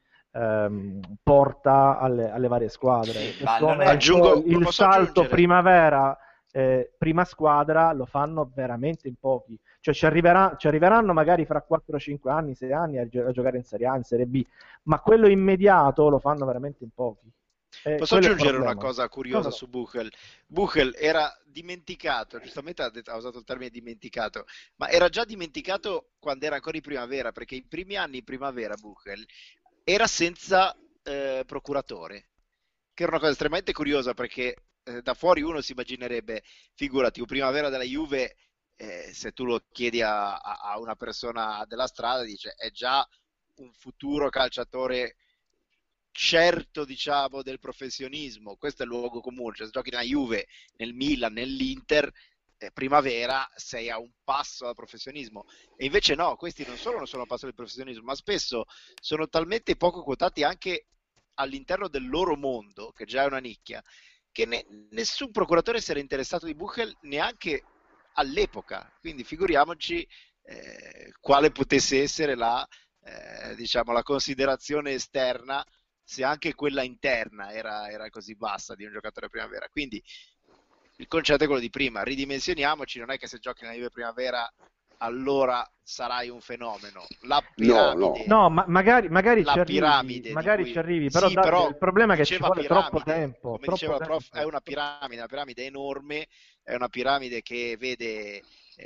[SPEAKER 2] porta alle varie squadre.
[SPEAKER 4] Ma
[SPEAKER 2] Questo
[SPEAKER 4] non è...
[SPEAKER 2] momento
[SPEAKER 3] Aggiungo,
[SPEAKER 2] il
[SPEAKER 3] posso
[SPEAKER 2] salto
[SPEAKER 3] aggiungere?
[SPEAKER 2] primavera, prima squadra lo fanno veramente in pochi. Cioè ci arriveranno magari fra 4-5 anni, 6 anni a giocare in Serie A, in Serie B, ma quello immediato lo fanno veramente in pochi.
[SPEAKER 3] Posso
[SPEAKER 2] Quello è il
[SPEAKER 3] aggiungere una
[SPEAKER 2] problema.
[SPEAKER 3] cosa curiosa
[SPEAKER 2] Cosa no?
[SPEAKER 3] su Buchel? Buchel era dimenticato, giustamente ha usato il termine dimenticato, ma era già dimenticato quando era ancora in primavera, perché i primi anni in primavera Buchel era senza procuratore, che era una cosa estremamente curiosa perché da fuori uno si immaginerebbe, figurati, un primavera della Juve, se tu lo chiedi a una persona della strada, dice è già un futuro calciatore certo, diciamo, del professionismo. Questo è il luogo comune, cioè se giochi nella Juve, nel Milan, nell'Inter, primavera sei a un passo dal professionismo. E invece no, questi non solo non sono a un passo dal professionismo, ma spesso sono talmente poco quotati anche all'interno del loro mondo, che già è una nicchia, che nessun procuratore si era interessato di Buchel neanche all'epoca. Quindi figuriamoci quale potesse essere diciamo, la considerazione esterna se anche quella interna era così bassa di un giocatore primavera. Quindi il concetto è quello di prima, ridimensioniamoci, non è che se giochi nella Juve primavera allora sarai un fenomeno. La
[SPEAKER 1] No, no.
[SPEAKER 3] piramide,
[SPEAKER 2] No, magari
[SPEAKER 3] la
[SPEAKER 2] ci arrivi,
[SPEAKER 3] piramide di
[SPEAKER 2] magari ci
[SPEAKER 3] cui
[SPEAKER 2] arrivi, però
[SPEAKER 3] sì, però
[SPEAKER 2] il problema è che ci
[SPEAKER 3] diceva
[SPEAKER 2] vuole troppo
[SPEAKER 3] piramide,
[SPEAKER 2] tempo,
[SPEAKER 3] come
[SPEAKER 2] troppo
[SPEAKER 3] diceva il prof, è
[SPEAKER 2] tempo.
[SPEAKER 3] una piramide enorme, è una piramide che vede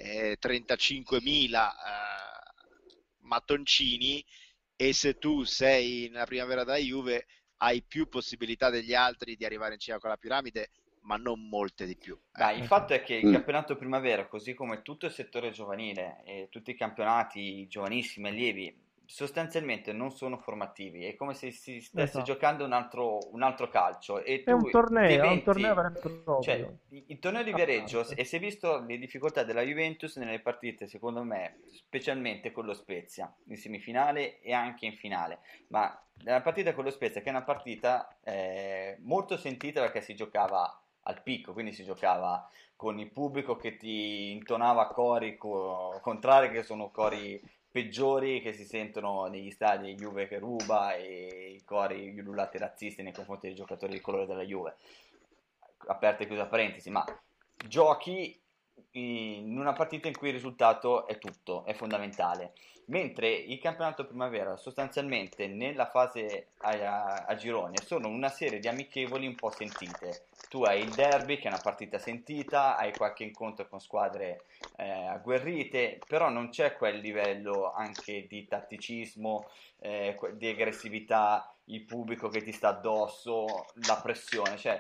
[SPEAKER 3] 35.000 mattoncini, e se tu sei nella primavera della Juve hai più possibilità degli altri di arrivare in cima con la piramide, ma non molte di più.
[SPEAKER 4] Beh, il
[SPEAKER 2] Esatto.
[SPEAKER 4] fatto è che il
[SPEAKER 1] Mm.
[SPEAKER 4] campionato primavera, così come tutto il settore giovanile e tutti i campionati giovanissimi, allievi, sostanzialmente non sono formativi. È come se si stesse
[SPEAKER 2] Esatto.
[SPEAKER 4] giocando un altro calcio e
[SPEAKER 2] È
[SPEAKER 4] tu
[SPEAKER 2] è un torneo
[SPEAKER 4] diventi...
[SPEAKER 2] vero e
[SPEAKER 4] Cioè,
[SPEAKER 2] proprio,
[SPEAKER 4] il torneo di
[SPEAKER 2] a
[SPEAKER 4] Viareggio,
[SPEAKER 2] parte.
[SPEAKER 4] e si è visto le difficoltà della Juventus nelle partite, secondo me, specialmente con lo Spezia, in semifinale e anche in finale. Ma nella partita con lo Spezia, che è una partita molto sentita perché si giocava al picco, quindi si giocava con il pubblico che ti intonava cori contrari, che sono cori peggiori che si sentono negli stadi Juve che ruba, e i cori, gli ululati razzisti nei confronti dei giocatori di colore della Juve, aperta e chiusa parentesi, ma giochi in una partita in cui il risultato è tutto, è fondamentale. Mentre il campionato primavera sostanzialmente nella fase a gironi sono una serie di amichevoli un po' sentite. Tu hai il derby che è una partita sentita, hai qualche incontro con squadre agguerrite, però non c'è quel livello anche di tatticismo, di aggressività, il pubblico che ti sta addosso, la pressione, cioè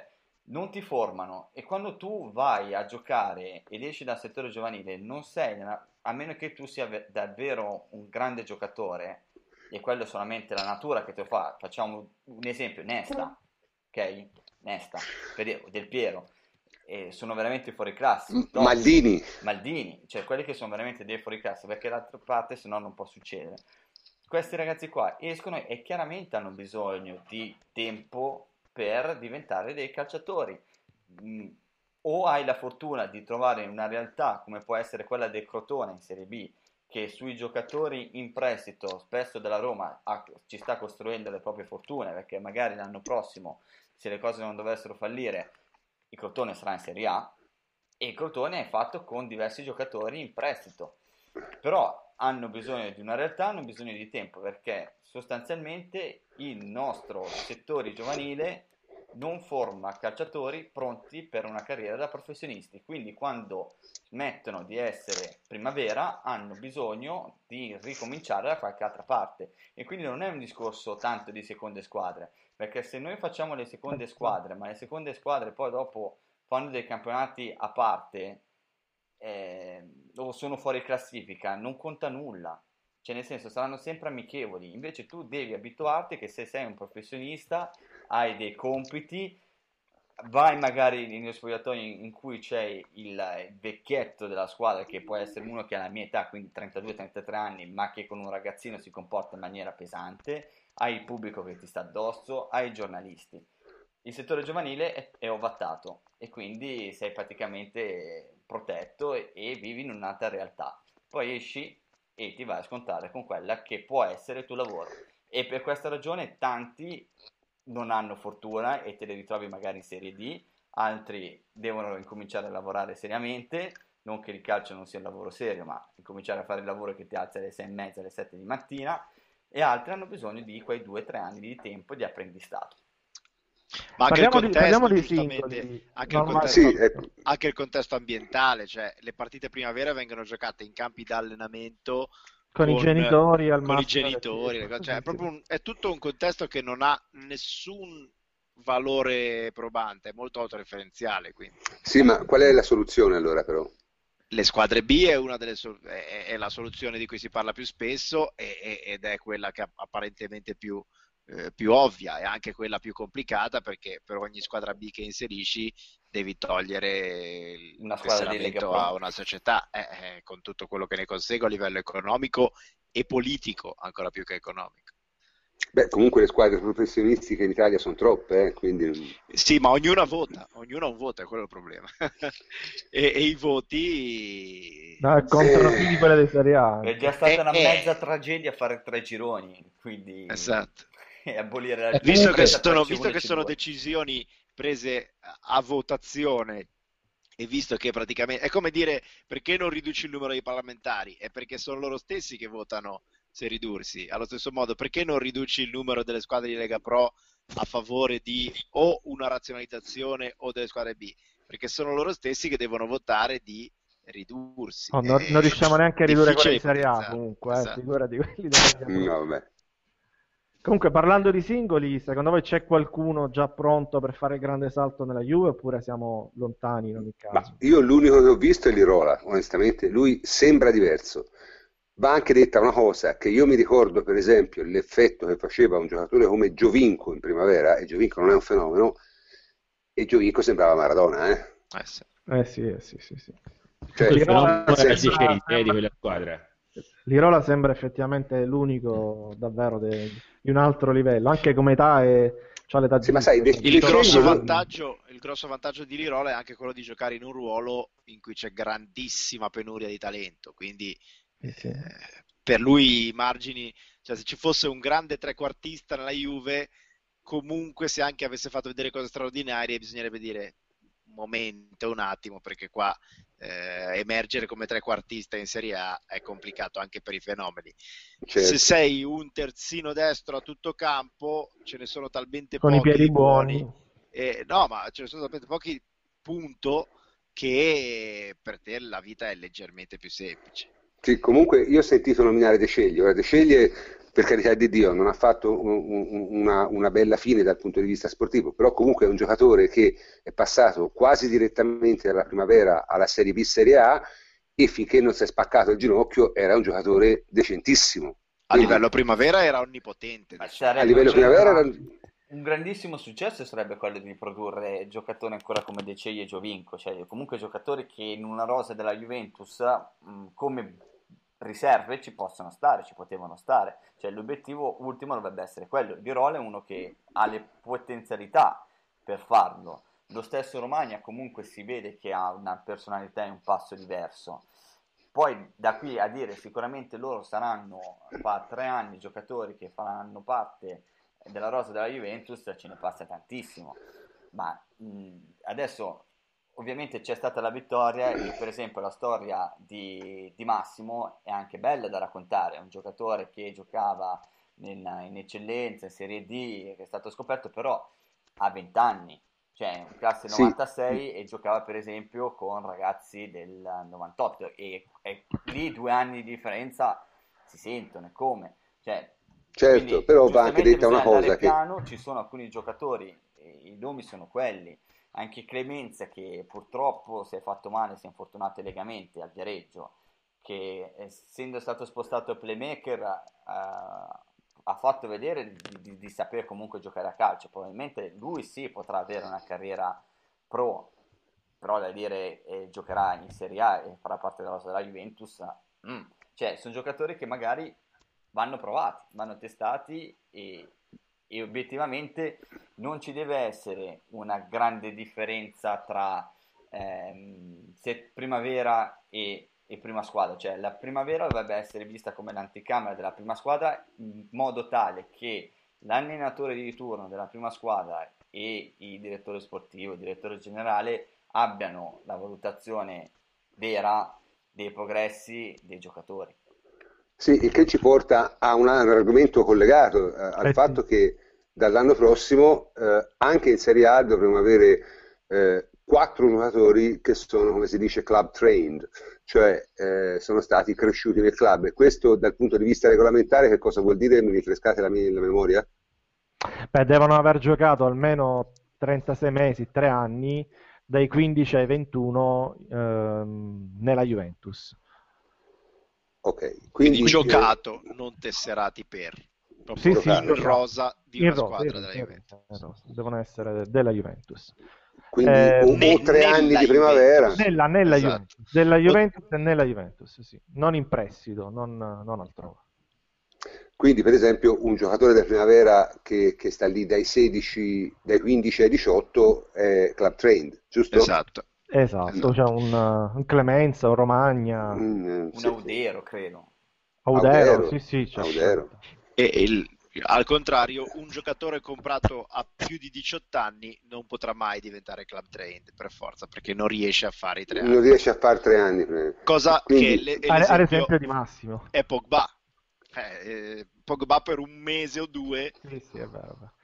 [SPEAKER 4] non ti formano, e quando tu vai a giocare ed esci dal settore giovanile non sei, a meno che tu sia davvero un grande giocatore, e quello è solamente la natura che te lo fa. Facciamo un esempio: Nesta, ok? Nesta, Del Piero, sono veramente fuori classe. Totti,
[SPEAKER 1] Maldini.
[SPEAKER 4] Maldini, cioè quelli che sono veramente dei fuori classe, perché d'altra parte se no non può succedere. Questi ragazzi qua escono e chiaramente hanno bisogno di tempo per diventare dei calciatori. Mm, O hai la fortuna di trovare una realtà come può essere quella del Crotone in Serie B, che sui giocatori in prestito spesso della Roma ci sta costruendo le proprie fortune, perché magari l'anno prossimo, se le cose non dovessero fallire, il Crotone sarà in Serie A, e il Crotone è fatto con diversi giocatori in prestito. Però hanno bisogno di una realtà, hanno bisogno di tempo, perché sostanzialmente il nostro settore giovanile non forma calciatori pronti per una carriera da professionisti. Quindi quando smettono di essere primavera hanno bisogno di ricominciare da qualche altra parte, e quindi non è un discorso tanto di seconde squadre, perché se noi facciamo le seconde squadre, ma le seconde squadre poi dopo fanno dei campionati a parte, o sono fuori classifica, non conta nulla. Cioè, nel senso, saranno sempre amichevoli. Invece tu devi abituarti che se sei un professionista hai dei compiti, vai magari in spogliatoi in cui c'è il vecchietto della squadra, che può essere uno che ha la mia età, quindi 32-33 anni, ma che con un ragazzino si comporta in maniera pesante, hai il pubblico che ti sta addosso, hai i giornalisti. Il settore giovanile è ovattato, e quindi sei praticamente protetto e vivi in un'altra realtà. Poi esci e ti vai a scontare con quella che può essere il tuo lavoro. E per questa ragione tanti non hanno fortuna e te li ritrovi magari in Serie D, altri devono incominciare a lavorare seriamente, non che il calcio non sia un lavoro serio, ma incominciare a fare il lavoro che ti alza alle 6:30, alle 7 di mattina, e altri hanno bisogno di quei 2 o 3 anni di tempo di apprendistato.
[SPEAKER 3] Ma anche il
[SPEAKER 2] Parliamo
[SPEAKER 3] contesto,
[SPEAKER 2] di
[SPEAKER 3] giustamente,
[SPEAKER 2] singoli.
[SPEAKER 3] anche il
[SPEAKER 2] Normale.
[SPEAKER 3] contesto,
[SPEAKER 1] Sì, ecco.
[SPEAKER 3] anche il contesto ambientale, cioè le partite primavera vengono giocate in campi da allenamento
[SPEAKER 2] Con i genitori al
[SPEAKER 3] con i
[SPEAKER 2] massimo.
[SPEAKER 3] genitori, cioè
[SPEAKER 2] Sì, sì.
[SPEAKER 3] è tutto un contesto che non ha nessun valore probante, è molto autoreferenziale, quindi.
[SPEAKER 1] Sì, ma qual è la soluzione allora però?
[SPEAKER 3] Le squadre B è una è la soluzione di cui si parla più spesso, ed è quella che apparentemente più ovvia, e anche quella più complicata, perché per ogni squadra B che inserisci devi togliere il
[SPEAKER 4] Una squadra di Lega
[SPEAKER 3] tesseramento
[SPEAKER 4] Pro.
[SPEAKER 3] a una società, con tutto quello che ne consegue a livello economico e politico, ancora più che economico.
[SPEAKER 1] Beh, comunque le squadre professionistiche in Italia sono troppe, quindi...
[SPEAKER 3] Sì, ma ognuna vota, ognuno ha un voto, è quello il problema. E i voti...
[SPEAKER 2] No, contano più di quelle di Serie A.
[SPEAKER 4] È già stata una mezza tragedia fare 3 gironi, quindi
[SPEAKER 3] Esatto.
[SPEAKER 4] e abolire la
[SPEAKER 3] Visto che
[SPEAKER 4] ci
[SPEAKER 3] sono
[SPEAKER 4] vuole.
[SPEAKER 3] decisioni prese a votazione, e visto che praticamente è come dire: perché non riduci il numero di parlamentari? È perché sono loro stessi che votano se ridursi. Allo stesso modo, perché non riduci il numero delle squadre di Lega Pro a favore di o una razionalizzazione o delle squadre B? Perché sono loro stessi che devono votare di ridursi.
[SPEAKER 2] Non riusciamo neanche a ridurre quelle di Serie A,
[SPEAKER 3] ipotizzare.
[SPEAKER 2] comunque,
[SPEAKER 3] Esatto.
[SPEAKER 2] figurati quelli della Lega Pro.
[SPEAKER 1] No, vabbè.
[SPEAKER 2] Comunque, parlando di singoli, secondo voi c'è qualcuno già pronto per fare il grande salto nella Juve, oppure siamo lontani in ogni
[SPEAKER 1] Ma
[SPEAKER 2] caso?
[SPEAKER 1] io l'unico che ho visto è Lirola, onestamente, lui sembra diverso. Va anche detta una cosa, che io mi ricordo per esempio l'effetto che faceva un giocatore come Giovinco in primavera, e Giovinco non è un fenomeno, e Giovinco sembrava Maradona,
[SPEAKER 3] Sì.
[SPEAKER 2] Sì.
[SPEAKER 1] Cioè,
[SPEAKER 5] Il
[SPEAKER 2] Lirola
[SPEAKER 5] fenomeno era
[SPEAKER 2] sembra-
[SPEAKER 5] di quella squadra.
[SPEAKER 2] Lirola sembra effettivamente l'unico davvero di un altro livello, anche come età c'ha l'età
[SPEAKER 1] Sì, ma sai,
[SPEAKER 2] giusta.
[SPEAKER 3] Il grosso
[SPEAKER 1] Decegno-
[SPEAKER 3] vantaggio di Lirola è anche quello di giocare in un ruolo in cui c'è grandissima penuria di talento, quindi
[SPEAKER 2] Sì.
[SPEAKER 3] per lui i margini, cioè se ci fosse un grande trequartista nella Juve, comunque se anche avesse fatto vedere cose straordinarie, bisognerebbe dire un attimo, perché qua emergere come trequartista in Serie A è complicato anche per i fenomeni.
[SPEAKER 1] Certo.
[SPEAKER 3] Se sei un terzino destro a tutto campo, ce ne sono talmente
[SPEAKER 2] Con i
[SPEAKER 3] pochi
[SPEAKER 2] piedi
[SPEAKER 3] di buoni.
[SPEAKER 2] buoni.
[SPEAKER 3] No, ma ce ne sono talmente pochi, punto, che per te la vita è leggermente più semplice.
[SPEAKER 1] Sì, comunque io ho sentito nominare De Sceglie. Ora, De Sceglie, per carità di Dio, non ha fatto una bella fine dal punto di vista sportivo, però comunque è un giocatore che è passato quasi direttamente dalla Primavera alla Serie B Serie A e finché non si è spaccato il ginocchio era un giocatore decentissimo.
[SPEAKER 3] A livello Primavera era onnipotente.
[SPEAKER 1] A livello Primavera era...
[SPEAKER 4] Un grandissimo successo sarebbe quello di produrre giocatori ancora come De Ceglie e Giovinco, cioè comunque giocatori che in una rosa della Juventus come riserve ci possono stare, ci potevano stare, cioè l'obiettivo ultimo dovrebbe essere quello. Di Rol è uno che ha le potenzialità per farlo, lo stesso Romagna comunque si vede che ha una personalità e un passo diverso. Poi da qui a dire sicuramente loro saranno fra 3 anni giocatori che faranno parte della rosa della Juventus, ce ne passa tantissimo, ma adesso ovviamente c'è stata la vittoria e per esempio la storia di Massimo è anche bella da raccontare. È un giocatore che giocava in eccellenza, in Serie D, che è stato scoperto però a 20 anni, cioè in classe 96 sì. E giocava per esempio con ragazzi del 98 e lì 2 anni di differenza si sentono, e come, cioè
[SPEAKER 1] certo,
[SPEAKER 4] quindi,
[SPEAKER 1] però va anche detta una cosa
[SPEAKER 4] piano, ci sono alcuni giocatori, i nomi sono quelli, anche Clemenza che purtroppo si è fatto male, si è infortunato ai legamenti al Viareggio, che essendo stato spostato a playmaker ha fatto vedere di saper comunque giocare a calcio. Probabilmente lui sì potrà avere una carriera pro, però da dire giocherà in Serie A e farà parte della Juventus, cioè sono giocatori che magari vanno provati, vanno testati e obiettivamente non ci deve essere una grande differenza tra primavera e prima squadra, cioè la primavera dovrebbe essere vista come l'anticamera della prima squadra in modo tale che l'allenatore di turno della prima squadra e il direttore sportivo, il direttore generale abbiano la valutazione vera dei progressi dei giocatori.
[SPEAKER 1] Sì, il che ci porta a un argomento collegato al fatto che dall'anno prossimo anche in Serie A dovremo avere 4 giocatori che sono, come si dice, club trained, cioè sono stati cresciuti nel club. E questo dal punto di vista regolamentare che cosa vuol dire? Mi rinfrescate la memoria?
[SPEAKER 2] Beh, devono aver giocato almeno 36 mesi, 3 anni, dai 15 ai 21 nella Juventus.
[SPEAKER 1] Ok,
[SPEAKER 3] quindi giocato, non tesserati per
[SPEAKER 2] sì,
[SPEAKER 3] in rosa di una squadra della
[SPEAKER 2] Juventus. Devono essere della Juventus.
[SPEAKER 1] Quindi o 3 anni di primavera
[SPEAKER 2] nella
[SPEAKER 3] esatto.
[SPEAKER 2] Juventus, della Juventus e nella Juventus, sì. Non in prestito, non altrove.
[SPEAKER 1] Quindi per esempio un giocatore della primavera che sta lì dai 15 ai 18 è club trained, giusto?
[SPEAKER 3] Esatto.
[SPEAKER 2] C'è un Clemenza, un Romagna,
[SPEAKER 4] un Audero, credo.
[SPEAKER 2] Audero, sì,
[SPEAKER 1] Audero.
[SPEAKER 3] E al contrario, un giocatore comprato a più di 18 anni non potrà mai diventare club trained per forza, perché non riesce a fare i 3 anni.
[SPEAKER 1] Non riesce a fare 3 anni.
[SPEAKER 3] Cosa
[SPEAKER 1] quindi,
[SPEAKER 3] che
[SPEAKER 2] ad esempio di Massimo
[SPEAKER 3] è Pogba. Pogba per un mese o 2
[SPEAKER 2] sì, è vero.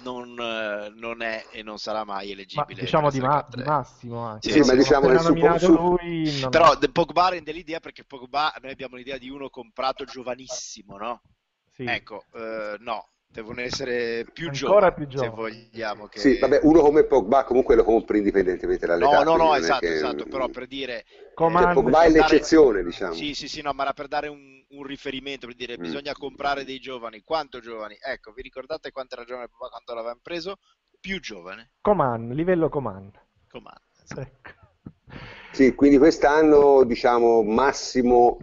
[SPEAKER 3] Non è e non sarà mai eleggibile.
[SPEAKER 2] Ma diciamo di Massimo anche.
[SPEAKER 1] Sì, ma diciamo che
[SPEAKER 2] lui non...
[SPEAKER 3] Però Pogba rende l'idea, perché Pogba noi abbiamo l'idea di uno comprato giovanissimo, no?
[SPEAKER 2] Sì.
[SPEAKER 3] Ecco, no, devono essere più
[SPEAKER 2] ancora
[SPEAKER 3] giovani,
[SPEAKER 2] più giovani,
[SPEAKER 3] se vogliamo che...
[SPEAKER 1] Sì, vabbè, uno come Pogba comunque lo compri indipendentemente dall'età.
[SPEAKER 3] No, esatto, però per dire...
[SPEAKER 1] Pogba è l'eccezione, diciamo.
[SPEAKER 3] Sì, no, ma era per dare un riferimento, per dire bisogna comprare dei giovani. Quanto giovani? Ecco, vi ricordate quanto era giovane Pogba quando l'avevamo preso? Più giovane.
[SPEAKER 2] Coman, livello Coman.
[SPEAKER 3] Esatto.
[SPEAKER 2] Ecco.
[SPEAKER 1] Sì, quindi quest'anno, diciamo, massimo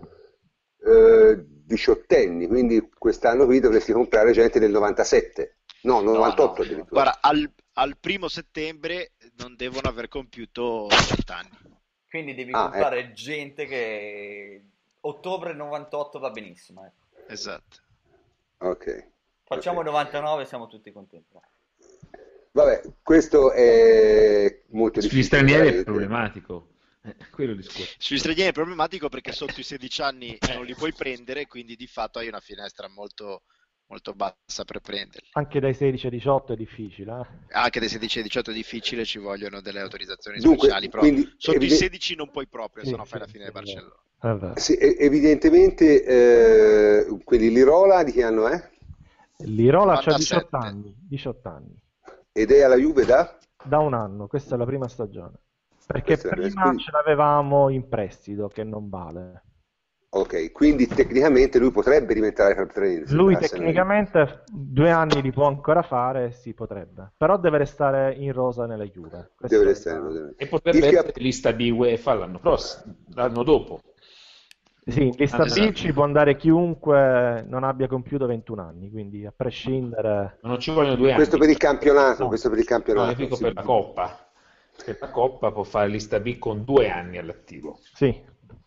[SPEAKER 1] 18enni, quindi quest'anno qui dovresti comprare gente del 97, no, 98 addirittura.
[SPEAKER 3] Guarda, al 1° settembre non devono aver compiuto 18 anni.
[SPEAKER 4] Quindi devi comprare gente che ottobre 98 va benissimo.
[SPEAKER 3] Esatto.
[SPEAKER 1] Ok.
[SPEAKER 4] Facciamo 99 e siamo tutti contenti.
[SPEAKER 1] Vabbè, questo è molto difficile.
[SPEAKER 5] Sugli stranieri è problematico. Quello discorso.
[SPEAKER 3] Sugli stranieri è problematico perché sotto i 16 anni non li puoi prendere, quindi di fatto hai una finestra molto molto bassa per prenderli.
[SPEAKER 2] Anche dai 16 ai 18 è difficile,
[SPEAKER 3] Anche dai 16 ai 18 è difficile, ci vogliono delle autorizzazioni
[SPEAKER 1] Dunque,
[SPEAKER 3] speciali, però
[SPEAKER 1] quindi
[SPEAKER 3] sotto i 16 non puoi proprio, se
[SPEAKER 2] Sì,
[SPEAKER 3] no fai
[SPEAKER 2] sì,
[SPEAKER 3] la fine
[SPEAKER 2] sì,
[SPEAKER 3] del Barcellona.
[SPEAKER 2] è vero.
[SPEAKER 1] sì, evidentemente, quindi l'Irola di che anno è?
[SPEAKER 2] L'Irola c'ha 18
[SPEAKER 3] 97.
[SPEAKER 2] anni, 18 anni,
[SPEAKER 1] Ed è alla Juve
[SPEAKER 2] da un anno, questa è la prima stagione. Perché
[SPEAKER 1] questa è la-
[SPEAKER 2] prima
[SPEAKER 1] quindi-
[SPEAKER 2] ce l'avevamo in prestito, che non vale.
[SPEAKER 1] ok, quindi tecnicamente lui potrebbe diventare club trainer se
[SPEAKER 2] Lui
[SPEAKER 1] giocasse nella Juve.
[SPEAKER 2] tecnicamente 2 anni li può ancora fare, si potrebbe, però deve restare in rosa nella Juve.
[SPEAKER 1] Deve
[SPEAKER 2] Questo è
[SPEAKER 1] restare
[SPEAKER 5] E
[SPEAKER 1] il
[SPEAKER 5] potrebbe
[SPEAKER 1] che
[SPEAKER 5] essere lista di UEFA l'anno prossimo, l'anno dopo.
[SPEAKER 2] Sì, in lista B
[SPEAKER 3] Esatto.
[SPEAKER 2] ci può andare chiunque non abbia compiuto 21 anni, quindi a prescindere.
[SPEAKER 5] Ma non ci vogliono 2
[SPEAKER 1] questo
[SPEAKER 5] anni.
[SPEAKER 1] per il campionato,
[SPEAKER 2] No,
[SPEAKER 1] questo per il
[SPEAKER 5] No, io
[SPEAKER 1] campionato.
[SPEAKER 5] dico
[SPEAKER 1] Sì.
[SPEAKER 5] per la Coppa. Per la Coppa può fare lista B con 2 anni all'attivo.
[SPEAKER 2] sì,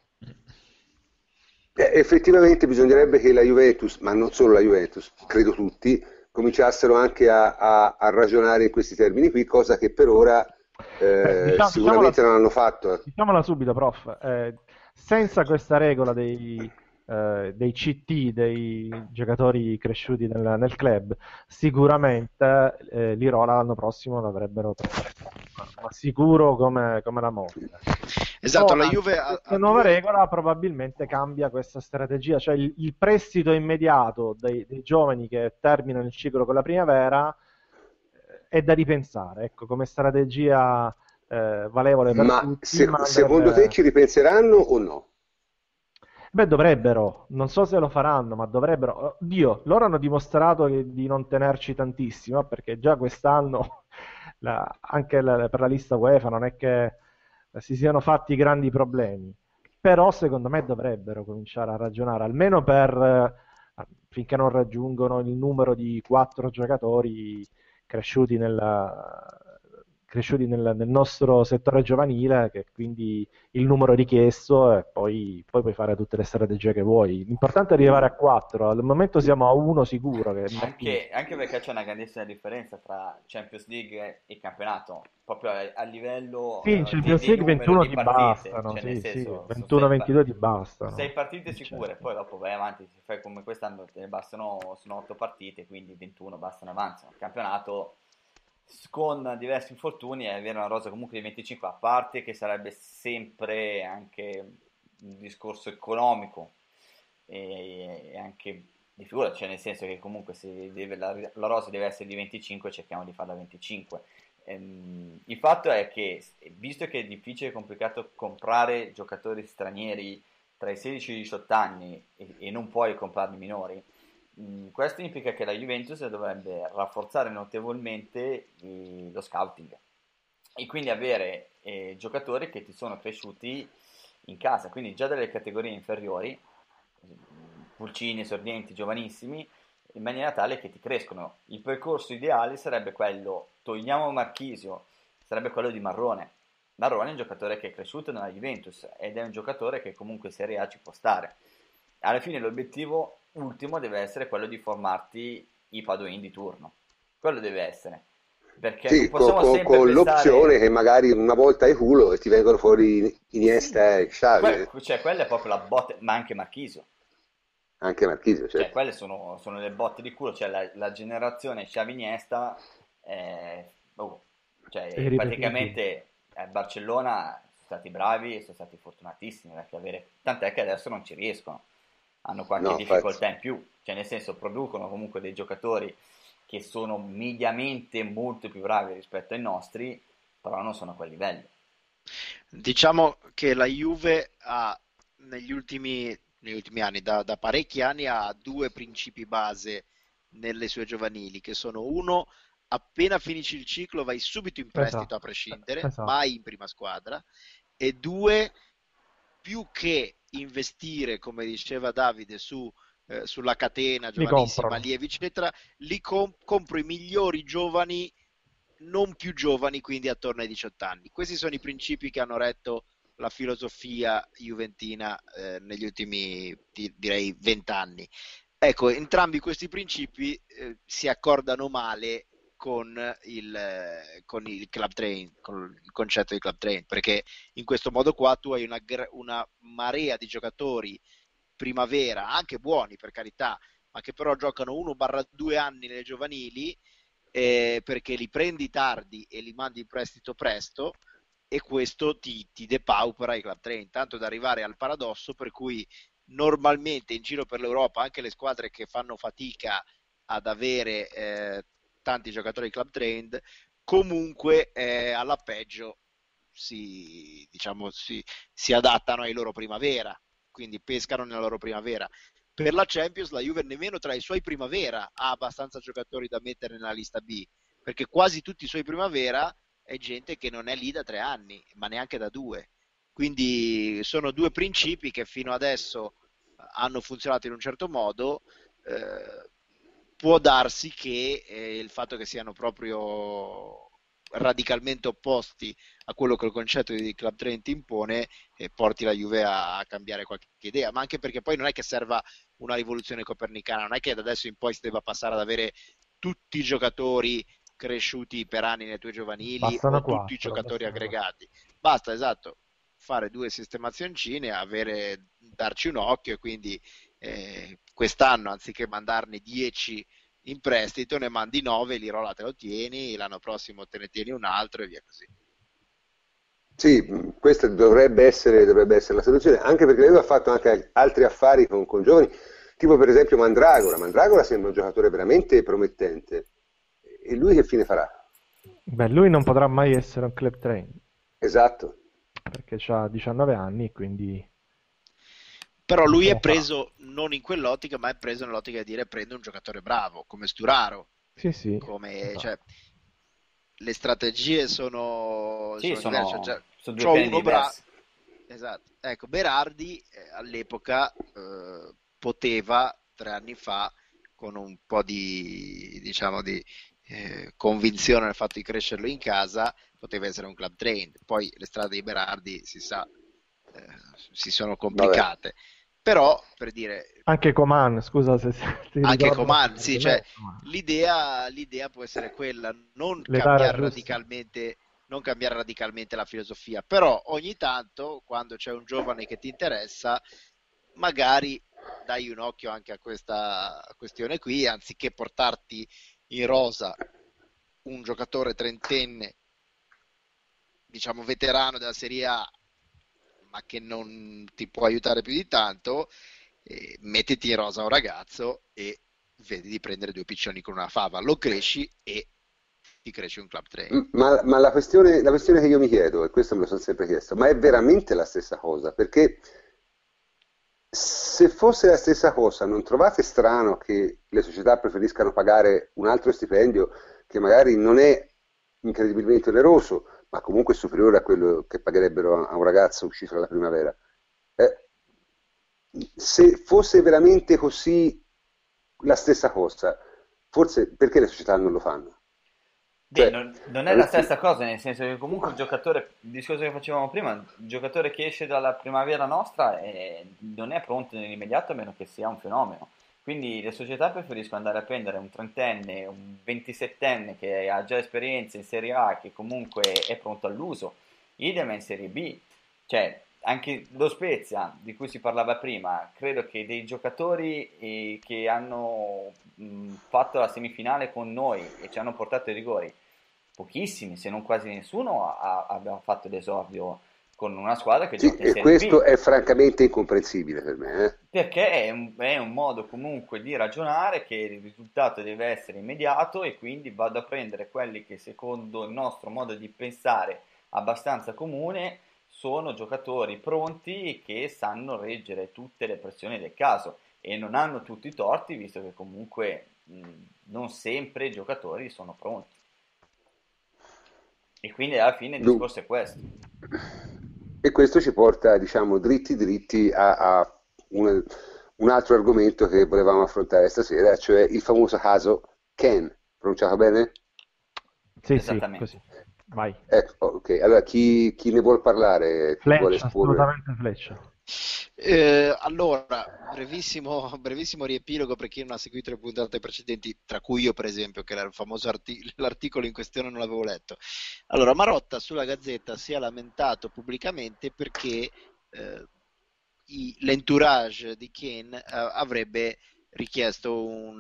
[SPEAKER 1] Effettivamente bisognerebbe che la Juventus, ma non solo la Juventus, credo tutti, cominciassero anche a ragionare in questi termini qui, cosa che per ora
[SPEAKER 2] diciamola,
[SPEAKER 1] sicuramente non hanno fatto.
[SPEAKER 2] diciamola subito, prof. Senza questa regola dei CT, dei giocatori cresciuti nel club, sicuramente l'Irola l'anno prossimo l'avrebbero preso, ma sicuro come la morte.
[SPEAKER 3] Esatto, la
[SPEAKER 2] Ora,
[SPEAKER 3] Juve
[SPEAKER 2] questa
[SPEAKER 3] ha
[SPEAKER 2] nuova
[SPEAKER 3] due...
[SPEAKER 2] regola probabilmente cambia questa strategia, cioè il prestito immediato dei giovani che terminano il ciclo con la primavera è da ripensare, ecco, come strategia valevole per
[SPEAKER 1] Ma
[SPEAKER 2] tutti, ma
[SPEAKER 1] secondo te
[SPEAKER 2] andrebbe.
[SPEAKER 1] ci ripenseranno o no?
[SPEAKER 2] Beh, dovrebbero, non so se lo faranno, ma dovrebbero. Dio, loro hanno dimostrato di non tenerci tantissimo, perché già quest'anno, anche per la lista UEFA, non è che si siano fatti grandi problemi. Però secondo me dovrebbero cominciare a ragionare, almeno finché non raggiungono il numero di 4 giocatori cresciuti nel nostro settore giovanile, che quindi il numero richiesto e poi puoi fare tutte le strategie che vuoi. L'importante è arrivare a 4, al momento siamo a 1 sicuro che è Marquinhos.
[SPEAKER 4] Anche perché c'è una grandissima differenza tra Champions League e campionato, proprio a livello
[SPEAKER 2] Sì, in Champions
[SPEAKER 4] di
[SPEAKER 2] League
[SPEAKER 4] numero
[SPEAKER 2] 21
[SPEAKER 4] di
[SPEAKER 2] ti
[SPEAKER 4] partite,
[SPEAKER 2] bastano,
[SPEAKER 4] cioè nel
[SPEAKER 2] sì, sì,
[SPEAKER 4] senso sono
[SPEAKER 2] 21-22 ti
[SPEAKER 4] 6
[SPEAKER 2] bastano.
[SPEAKER 4] partite sicure,
[SPEAKER 2] Certo.
[SPEAKER 4] poi dopo vai avanti, se fai come quest'anno te ne bastano, sono 8 partite, quindi 21 bastano e avanzano. Il campionato con diversi infortuni e avere una rosa comunque di 25, a parte che sarebbe sempre anche un discorso economico e anche di figura, cioè nel senso che comunque se la rosa deve essere di 25, cerchiamo di farla 25. Il fatto è che, visto che è difficile e complicato comprare giocatori stranieri tra i 16 e i 18 anni e non puoi comprarli minori, questo implica che la Juventus dovrebbe rafforzare notevolmente lo scouting e quindi avere giocatori che ti sono cresciuti in casa, quindi già dalle categorie inferiori, pulcini, esordienti, giovanissimi, in maniera tale che ti crescono. Il percorso ideale sarebbe quello, togliamo Marchisio, sarebbe quello di Marrone. Marrone è un giocatore che è cresciuto nella Juventus ed è un giocatore che comunque in Serie A ci può stare. Alla fine l'obiettivo ultimo deve essere quello di formarti i Padoin di turno. Quello deve essere. Perché non
[SPEAKER 1] Sì,
[SPEAKER 4] possiamo sempre
[SPEAKER 1] con l'opzione
[SPEAKER 4] pensare...
[SPEAKER 1] che magari una volta hai culo e ti vengono fuori Iniesta e Xavi,
[SPEAKER 4] Cioè, quella è proprio la botte, ma anche Marchisio.
[SPEAKER 1] anche Marchisio,
[SPEAKER 4] Cioè,
[SPEAKER 1] certo.
[SPEAKER 4] quelle sono le botte di culo. Cioè, la generazione Xavi Iniesta,
[SPEAKER 2] È
[SPEAKER 4] cioè,
[SPEAKER 2] irripetibile.
[SPEAKER 4] praticamente a Barcellona sono stati bravi e sono stati fortunatissimi perché tant'è che adesso non ci riescono, hanno qualche
[SPEAKER 1] No, infatti.
[SPEAKER 4] difficoltà in più, cioè nel senso producono comunque dei giocatori che sono mediamente molto più bravi rispetto ai nostri, però non sono a quel livello.
[SPEAKER 3] Diciamo che la Juve ha negli ultimi anni, da parecchi anni, ha due principi base nelle sue giovanili, che sono uno, appena finisci il ciclo vai subito in prestito a
[SPEAKER 2] Esatto,
[SPEAKER 3] prescindere,
[SPEAKER 2] esatto.
[SPEAKER 3] mai in prima squadra, e due, più che investire, come diceva Davide, sulla catena
[SPEAKER 2] Li
[SPEAKER 3] giovanissima,
[SPEAKER 2] comprano.
[SPEAKER 3] allievi, eccetera, compro i migliori giovani, non più giovani, quindi attorno ai 18 anni. Questi sono i principi che hanno retto la filosofia juventina negli ultimi, direi, 20 anni. Ecco, entrambi questi principi si accordano male con il club train, con il concetto di club train, perché in questo modo qua tu hai una marea di giocatori primavera, anche buoni per carità, ma che però giocano 1-2 anni nelle giovanili, perché li prendi tardi e li mandi in prestito presto, e questo ti depaupera i club train, tanto da arrivare al paradosso per cui normalmente in giro per l'Europa anche le squadre che fanno fatica ad avere tanti giocatori club trained comunque alla peggio diciamo, si adattano ai loro primavera, quindi pescano nella loro primavera. Per la Champions la Juve nemmeno tra i suoi primavera ha abbastanza giocatori da mettere nella lista B, perché quasi tutti i suoi primavera è gente che non è lì da 3 anni, ma neanche da 2. Quindi sono due principi che fino adesso hanno funzionato in un certo modo. Può darsi che il fatto che siano proprio radicalmente opposti a quello che il concetto di Club Trent impone porti la Juve a cambiare qualche idea, ma anche perché poi non è che serva una rivoluzione copernicana, non è che da adesso in poi si debba passare ad avere tutti i giocatori cresciuti per anni nei tuoi giovanili
[SPEAKER 2] Bastano
[SPEAKER 3] o tutti i
[SPEAKER 2] 4,
[SPEAKER 3] giocatori
[SPEAKER 2] bastano 4.
[SPEAKER 3] aggregati. Basta, esatto, fare 2 sistemazioncine, darci un occhio, e quindi quest'anno anziché mandarne 10 in prestito ne mandi 9, Lirola te lo tieni, l'anno prossimo te ne tieni un altro e via così.
[SPEAKER 1] Sì, questa dovrebbe essere la soluzione, anche perché lui ha fatto anche altri affari con giovani, tipo per esempio Mandragora. Mandragora sembra un giocatore veramente promettente. E lui che fine farà?
[SPEAKER 2] Beh, lui non potrà mai essere un club train,
[SPEAKER 1] Esatto.
[SPEAKER 2] perché ha 19 anni, quindi
[SPEAKER 3] Però
[SPEAKER 2] non
[SPEAKER 3] lui
[SPEAKER 2] ce
[SPEAKER 3] è
[SPEAKER 2] la farà.
[SPEAKER 3] preso non in quell'ottica, ma è preso nell'ottica di dire prendo un giocatore bravo, come Sturaro,
[SPEAKER 2] Sì, sì,
[SPEAKER 3] come,
[SPEAKER 2] esatto.
[SPEAKER 3] cioè, le strategie sono
[SPEAKER 4] Sì,
[SPEAKER 3] diverse.
[SPEAKER 4] sono due
[SPEAKER 3] C'ho
[SPEAKER 4] piani
[SPEAKER 3] uno bravo,
[SPEAKER 4] diversi.
[SPEAKER 3] esatto. Ecco, Berardi all'epoca poteva 3 anni fa, con un po' di, diciamo, di convinzione nel fatto di crescerlo in casa, poteva essere un club trained. Poi le strade di Berardi, si sa, si sono
[SPEAKER 1] Vabbè.
[SPEAKER 3] complicate. Però, per dire,
[SPEAKER 2] Anche Coman, scusa se ti
[SPEAKER 3] anche
[SPEAKER 2] ritorno
[SPEAKER 3] Coman, sì, cioè,
[SPEAKER 2] sull'argomento, ma
[SPEAKER 3] l'idea può essere quella,
[SPEAKER 2] l'età era giusta.
[SPEAKER 3] non cambiare radicalmente la filosofia, però ogni tanto, quando c'è un giovane che ti interessa, magari dai un occhio anche a questa questione qui, anziché portarti in rosa un giocatore trentenne, diciamo veterano della Serie A, ma che non ti può aiutare più di tanto, mettiti in rosa un ragazzo e vedi di prendere 2 piccioni con una fava, lo cresci e ti cresci un club train.
[SPEAKER 1] Ma la questione che io mi chiedo, e questo me lo sono sempre chiesto, ma è veramente la stessa cosa? Perché se fosse la stessa cosa, non trovate strano che le società preferiscano pagare un altro stipendio che magari non è incredibilmente oneroso, ma comunque superiore a quello che pagherebbero a un ragazzo uscito dalla primavera? Eh, Se fosse veramente così la stessa cosa, forse perché le società non lo fanno?
[SPEAKER 4] Beh,
[SPEAKER 1] Cioè,
[SPEAKER 4] non è la stessa cosa, nel senso che comunque il giocatore, il discorso che facevamo prima, il giocatore che esce dalla primavera nostra non è pronto nell'immediato a meno che sia un fenomeno. Quindi le società preferiscono andare a prendere un trentenne, un ventisettenne che ha già esperienza in Serie A, che comunque è pronto all'uso. Idem in Serie B. Cioè, anche lo Spezia, di cui si parlava prima, credo che dei giocatori che hanno fatto la semifinale con noi e ci hanno portato i rigori, pochissimi, se non quasi nessuno, abbiamo fatto l'esordio con una squadra che
[SPEAKER 1] sì,
[SPEAKER 4] gioca in
[SPEAKER 1] e
[SPEAKER 4] Serie
[SPEAKER 1] questo
[SPEAKER 4] B.
[SPEAKER 1] è francamente incomprensibile per me.
[SPEAKER 4] Perché è un modo comunque di ragionare che il risultato deve essere immediato e quindi vado a prendere quelli che secondo il nostro modo di pensare abbastanza comune sono giocatori pronti che sanno reggere tutte le pressioni del caso e non hanno tutti i torti visto che comunque non sempre i giocatori sono pronti. E quindi alla fine il
[SPEAKER 1] Dun-
[SPEAKER 4] discorso è questo.
[SPEAKER 1] E questo ci porta, diciamo, dritti dritti a un altro argomento che volevamo affrontare stasera, cioè il famoso caso Ken. Pronunciato bene?
[SPEAKER 2] Sì, sì,
[SPEAKER 4] Esattamente.
[SPEAKER 2] così. Vai.
[SPEAKER 1] Ecco, ok. Allora, chi ne vuol parlare? Chi vuole
[SPEAKER 2] Fleccia,
[SPEAKER 1] esporre?
[SPEAKER 2] assolutamente Fleccia.
[SPEAKER 3] Allora, brevissimo riepilogo per chi non ha seguito le puntate precedenti, tra cui io per esempio, che era il famoso l'articolo in questione non l'avevo letto. Allora, Marotta sulla Gazzetta si è lamentato pubblicamente perché l'entourage di Kane avrebbe richiesto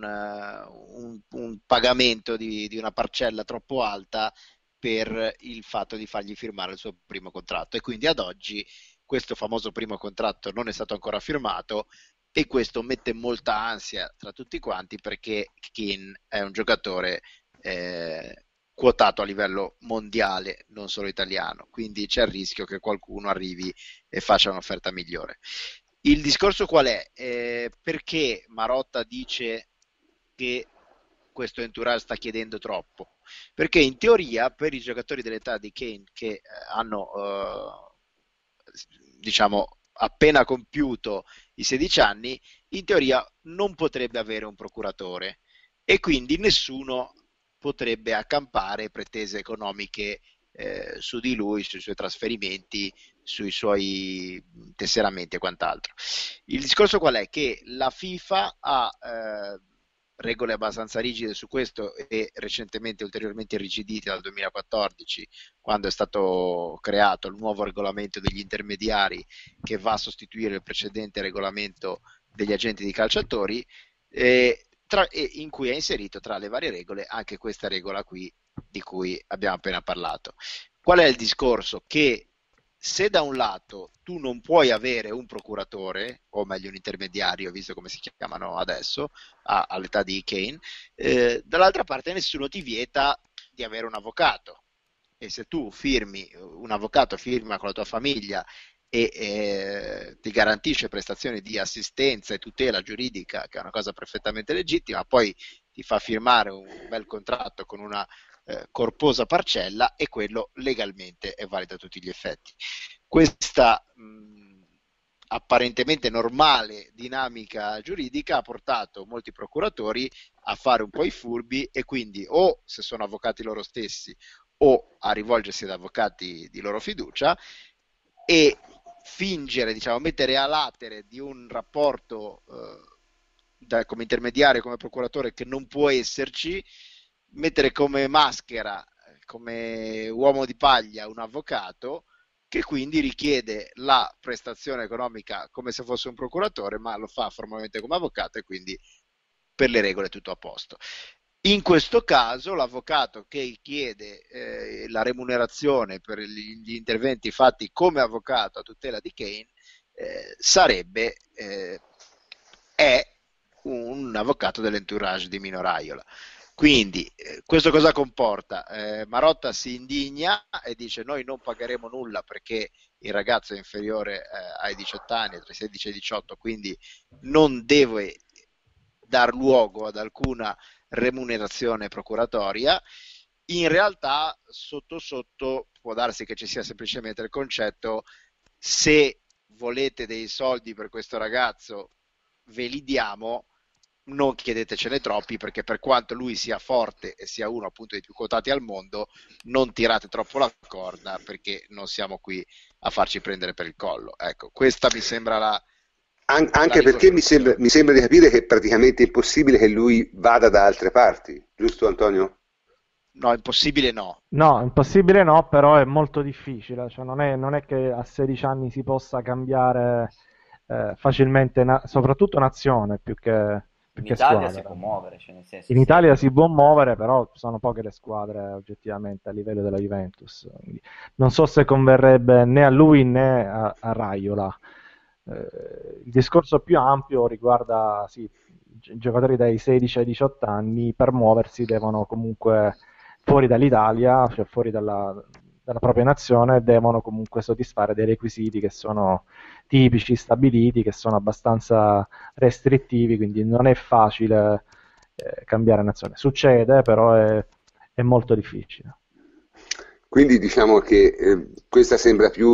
[SPEAKER 3] un pagamento di una parcella troppo alta per il fatto di fargli firmare il suo primo contratto, e quindi ad oggi questo famoso primo contratto non è stato ancora firmato, e questo mette molta ansia tra tutti quanti, perché Keane è un giocatore quotato a livello mondiale, non solo italiano, quindi c'è il rischio che qualcuno arrivi e faccia un'offerta migliore. Il discorso qual è? Perché Marotta dice che questo entourage sta chiedendo troppo? Perché in teoria per i giocatori dell'età di Kane che hanno diciamo appena compiuto i 16 anni, in teoria non potrebbe avere un procuratore, e quindi nessuno potrebbe accampare pretese economiche su di lui, sui suoi trasferimenti, sui suoi tesseramenti e quant'altro. Il discorso qual è? Che la FIFA ha regole abbastanza rigide su questo, e recentemente ulteriormente irrigidite dal 2014, quando è stato creato il nuovo regolamento degli intermediari, che va a sostituire il precedente regolamento degli agenti di calciatori, in cui è inserito tra le varie regole anche questa regola qui di cui abbiamo appena parlato. Qual è il discorso? Che se da un lato tu non puoi avere un procuratore, o meglio un intermediario, visto come si chiamano adesso, all'età di Kane, dall'altra parte nessuno ti vieta di avere un avvocato, e se tu firmi un avvocato, firma con la tua famiglia e ti garantisce prestazioni di assistenza e tutela giuridica, che è una cosa perfettamente legittima, poi ti fa firmare un bel contratto con una corposa parcella, e quello legalmente è valido a tutti gli effetti. Questa apparentemente normale dinamica giuridica ha portato molti procuratori a fare un po' i furbi, e quindi, o se sono avvocati loro stessi, o a rivolgersi ad avvocati di loro fiducia e fingere, diciamo, mettere a latere di un rapporto come intermediario, come procuratore, che non può esserci, mettere come maschera, come uomo di paglia un avvocato, che quindi richiede la prestazione economica come se fosse un procuratore, ma lo fa formalmente come avvocato, e quindi per le regole è tutto a posto. In questo caso l'avvocato che chiede la remunerazione per gli interventi fatti come avvocato a tutela di Kane è un avvocato dell'entourage di Mino Raiola. Quindi questo cosa comporta? Marotta si indigna e dice: noi non pagheremo nulla perché il ragazzo è inferiore ai 18 anni, tra i 16 e i 18, quindi non deve dar luogo ad alcuna remunerazione procuratoria. In realtà sotto sotto può darsi che ci sia semplicemente il concetto: se volete dei soldi per questo ragazzo ve li diamo, non chiedetecene troppi, perché per quanto lui sia forte e sia uno appunto dei più quotati al mondo, non tirate troppo la corda, perché non siamo qui a farci prendere per il collo. Ecco, questa mi sembra la
[SPEAKER 1] Anche perché mi sembra di capire che è praticamente impossibile che lui vada da altre parti, giusto Antonio?
[SPEAKER 3] No, impossibile no.
[SPEAKER 2] No, impossibile no, però è molto difficile, cioè non è che a 16 anni si possa cambiare facilmente, soprattutto nazione più
[SPEAKER 4] In
[SPEAKER 2] che
[SPEAKER 4] Italia si
[SPEAKER 2] squadra.
[SPEAKER 4] può muovere, cioè nel senso
[SPEAKER 2] In
[SPEAKER 4] sì.
[SPEAKER 2] Italia si può muovere, però sono poche le squadre oggettivamente a livello della Juventus. Quindi non so se converrebbe né a lui né a Raiola. Il discorso più ampio riguarda sì, i giocatori dai 16 ai 18 anni. Per muoversi devono comunque fuori dall'Italia, cioè fuori dalla propria nazione, devono comunque soddisfare dei requisiti che sono tipici, stabiliti, che sono abbastanza restrittivi, quindi non è facile cambiare nazione. Succede, però è molto difficile.
[SPEAKER 1] Quindi diciamo che questa sembra più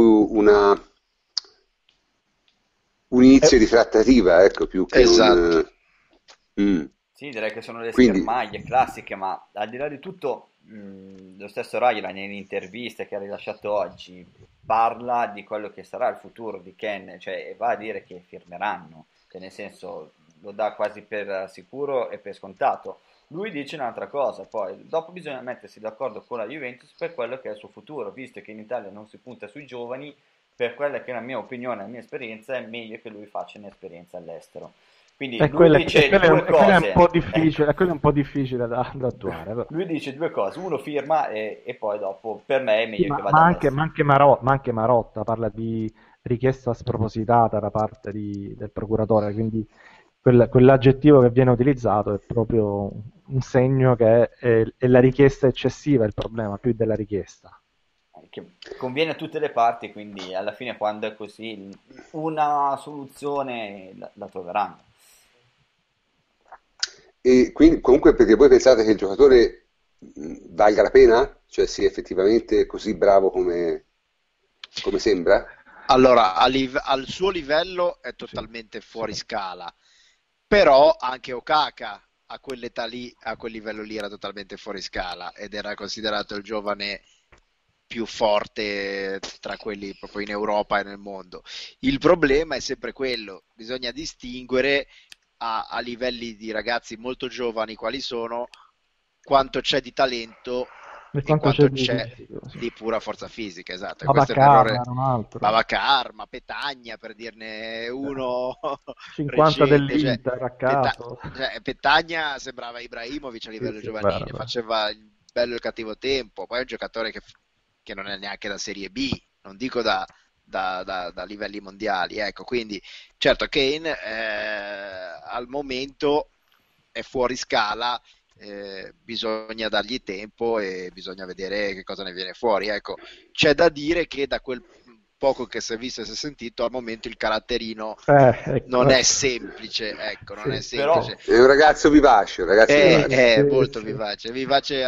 [SPEAKER 1] un inizio di trattativa, ecco, più che
[SPEAKER 3] Esatto.
[SPEAKER 4] Sì, direi che sono le
[SPEAKER 1] Quindi,
[SPEAKER 4] schermaglie classiche, ma al di là di tutto, lo stesso Raiola nelle interviste che ha rilasciato oggi parla di quello che sarà il futuro di Ken, cioè e va a dire che firmeranno, cioè nel senso lo dà quasi per sicuro e per scontato. Lui dice un'altra cosa, poi dopo bisogna mettersi d'accordo con la Juventus per quello che è il suo futuro, visto che in Italia non si punta sui giovani, per quella che è la mia opinione, la mia esperienza, è meglio che lui faccia un'esperienza all'estero. Quindi lui dice due
[SPEAKER 2] quello è un
[SPEAKER 4] cose.
[SPEAKER 2] po' difficile, quello è un po' difficile da attuare. Però.
[SPEAKER 4] Lui dice due cose, uno firma e poi dopo per me è
[SPEAKER 2] Sì,
[SPEAKER 4] meglio che vada adesso.
[SPEAKER 2] ma anche Marotta parla di richiesta spropositata da parte del procuratore, quindi quell'aggettivo che viene utilizzato è proprio un segno che è la richiesta eccessiva il problema, più della richiesta.
[SPEAKER 4] Che conviene a tutte le parti, quindi alla fine quando è così una soluzione la troveranno.
[SPEAKER 1] E quindi comunque perché voi pensate che il giocatore valga la pena? Cioè sia effettivamente così bravo come sembra?
[SPEAKER 3] Allora, al suo livello è totalmente fuori scala, però anche Okaka a quell'età lì, a quel livello lì era totalmente fuori scala ed era considerato il giovane più forte tra quelli proprio in Europa e nel mondo. Il problema è sempre quello, bisogna distinguere a livelli di ragazzi molto giovani quali sono, quanto c'è di talento
[SPEAKER 2] E
[SPEAKER 3] e
[SPEAKER 2] quanto c'è
[SPEAKER 3] quanto
[SPEAKER 2] di
[SPEAKER 3] c'è
[SPEAKER 2] fisico, sì.
[SPEAKER 3] di pura forza fisica, esatto. E questo è un
[SPEAKER 2] Babacar
[SPEAKER 3] errore.
[SPEAKER 2] era un altro.
[SPEAKER 3] Babacar, ma Petagna per dirne uno
[SPEAKER 2] 50
[SPEAKER 3] recente,
[SPEAKER 2] dell'Inter a caso.
[SPEAKER 3] Petagna sembrava Ibrahimovic a
[SPEAKER 2] Sì,
[SPEAKER 3] livello
[SPEAKER 2] sì, è vero, è
[SPEAKER 3] giovanile,
[SPEAKER 2] vero.
[SPEAKER 3] faceva il bello e il cattivo tempo, poi è un giocatore che non è neanche da Serie B, non dico da livelli mondiali, ecco, quindi certo Kane al momento è fuori scala, bisogna dargli tempo e bisogna vedere che cosa ne viene fuori, ecco. C'è da dire che da quel poco che si è visto e si è sentito al momento il caratterino
[SPEAKER 2] Ecco,
[SPEAKER 3] non è
[SPEAKER 2] ecco.
[SPEAKER 3] semplice, ecco, non è
[SPEAKER 2] Sì,
[SPEAKER 4] Però
[SPEAKER 3] semplice.
[SPEAKER 1] È un ragazzo vivace, un ragazzo vivace.
[SPEAKER 3] È
[SPEAKER 2] sì,
[SPEAKER 3] molto
[SPEAKER 2] sì.
[SPEAKER 3] vivace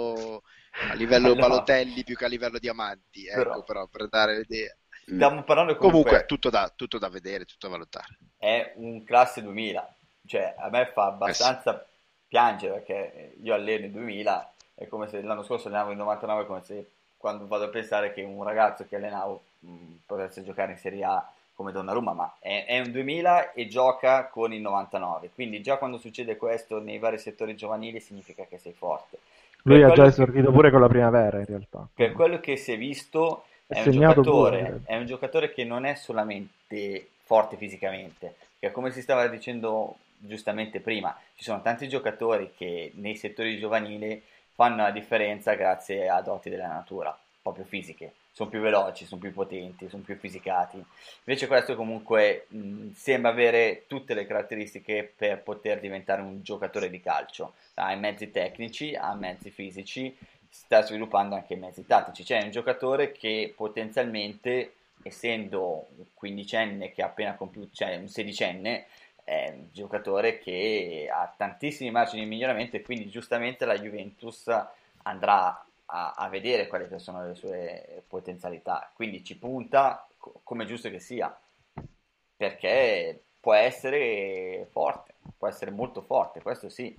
[SPEAKER 3] a livello
[SPEAKER 4] allora,
[SPEAKER 3] Balotelli più che a livello Diamanti, ecco,
[SPEAKER 4] però
[SPEAKER 3] però per dare l'idea.
[SPEAKER 1] Mm.
[SPEAKER 4] stiamo parlando
[SPEAKER 3] Comunque,
[SPEAKER 4] comunque
[SPEAKER 3] tutto da vedere, tutto da valutare.
[SPEAKER 4] è un classe 2000, cioè a me fa
[SPEAKER 3] Sì.
[SPEAKER 4] abbastanza piangere perché io alleno il 2000, è come se l'anno scorso allenavo il 99, è come se quando vado a pensare che un ragazzo che allenavo potesse giocare in Serie A come Donnarumma, ma è un 2000 e gioca con il 99, quindi già quando succede questo nei vari settori giovanili significa che sei forte. Per
[SPEAKER 2] Lui ha già
[SPEAKER 4] quello che,
[SPEAKER 2] esordito pure con la primavera, in realtà.
[SPEAKER 4] per
[SPEAKER 2] Quindi.
[SPEAKER 4] quello che si è visto
[SPEAKER 2] È segnato pure, credo.
[SPEAKER 4] è un giocatore che non è solamente forte fisicamente, che come si stava dicendo giustamente prima, ci sono tanti giocatori che nei settori giovanili fanno la differenza grazie a doti della natura, proprio fisiche, sono più veloci, sono più potenti, sono più fisicati. Invece questo comunque sembra avere tutte le caratteristiche per poter diventare un giocatore di calcio, ha i mezzi tecnici, ha mezzi fisici, sta sviluppando anche i mezzi tattici. C'è un giocatore che potenzialmente, essendo un quindicenne che ha appena compiuto, cioè un sedicenne, è un giocatore che ha tantissimi margini di miglioramento e quindi giustamente la Juventus andrà a vedere quali sono le sue potenzialità. Quindi ci punta come è giusto che sia, perché può essere forte, può essere molto forte, questo sì.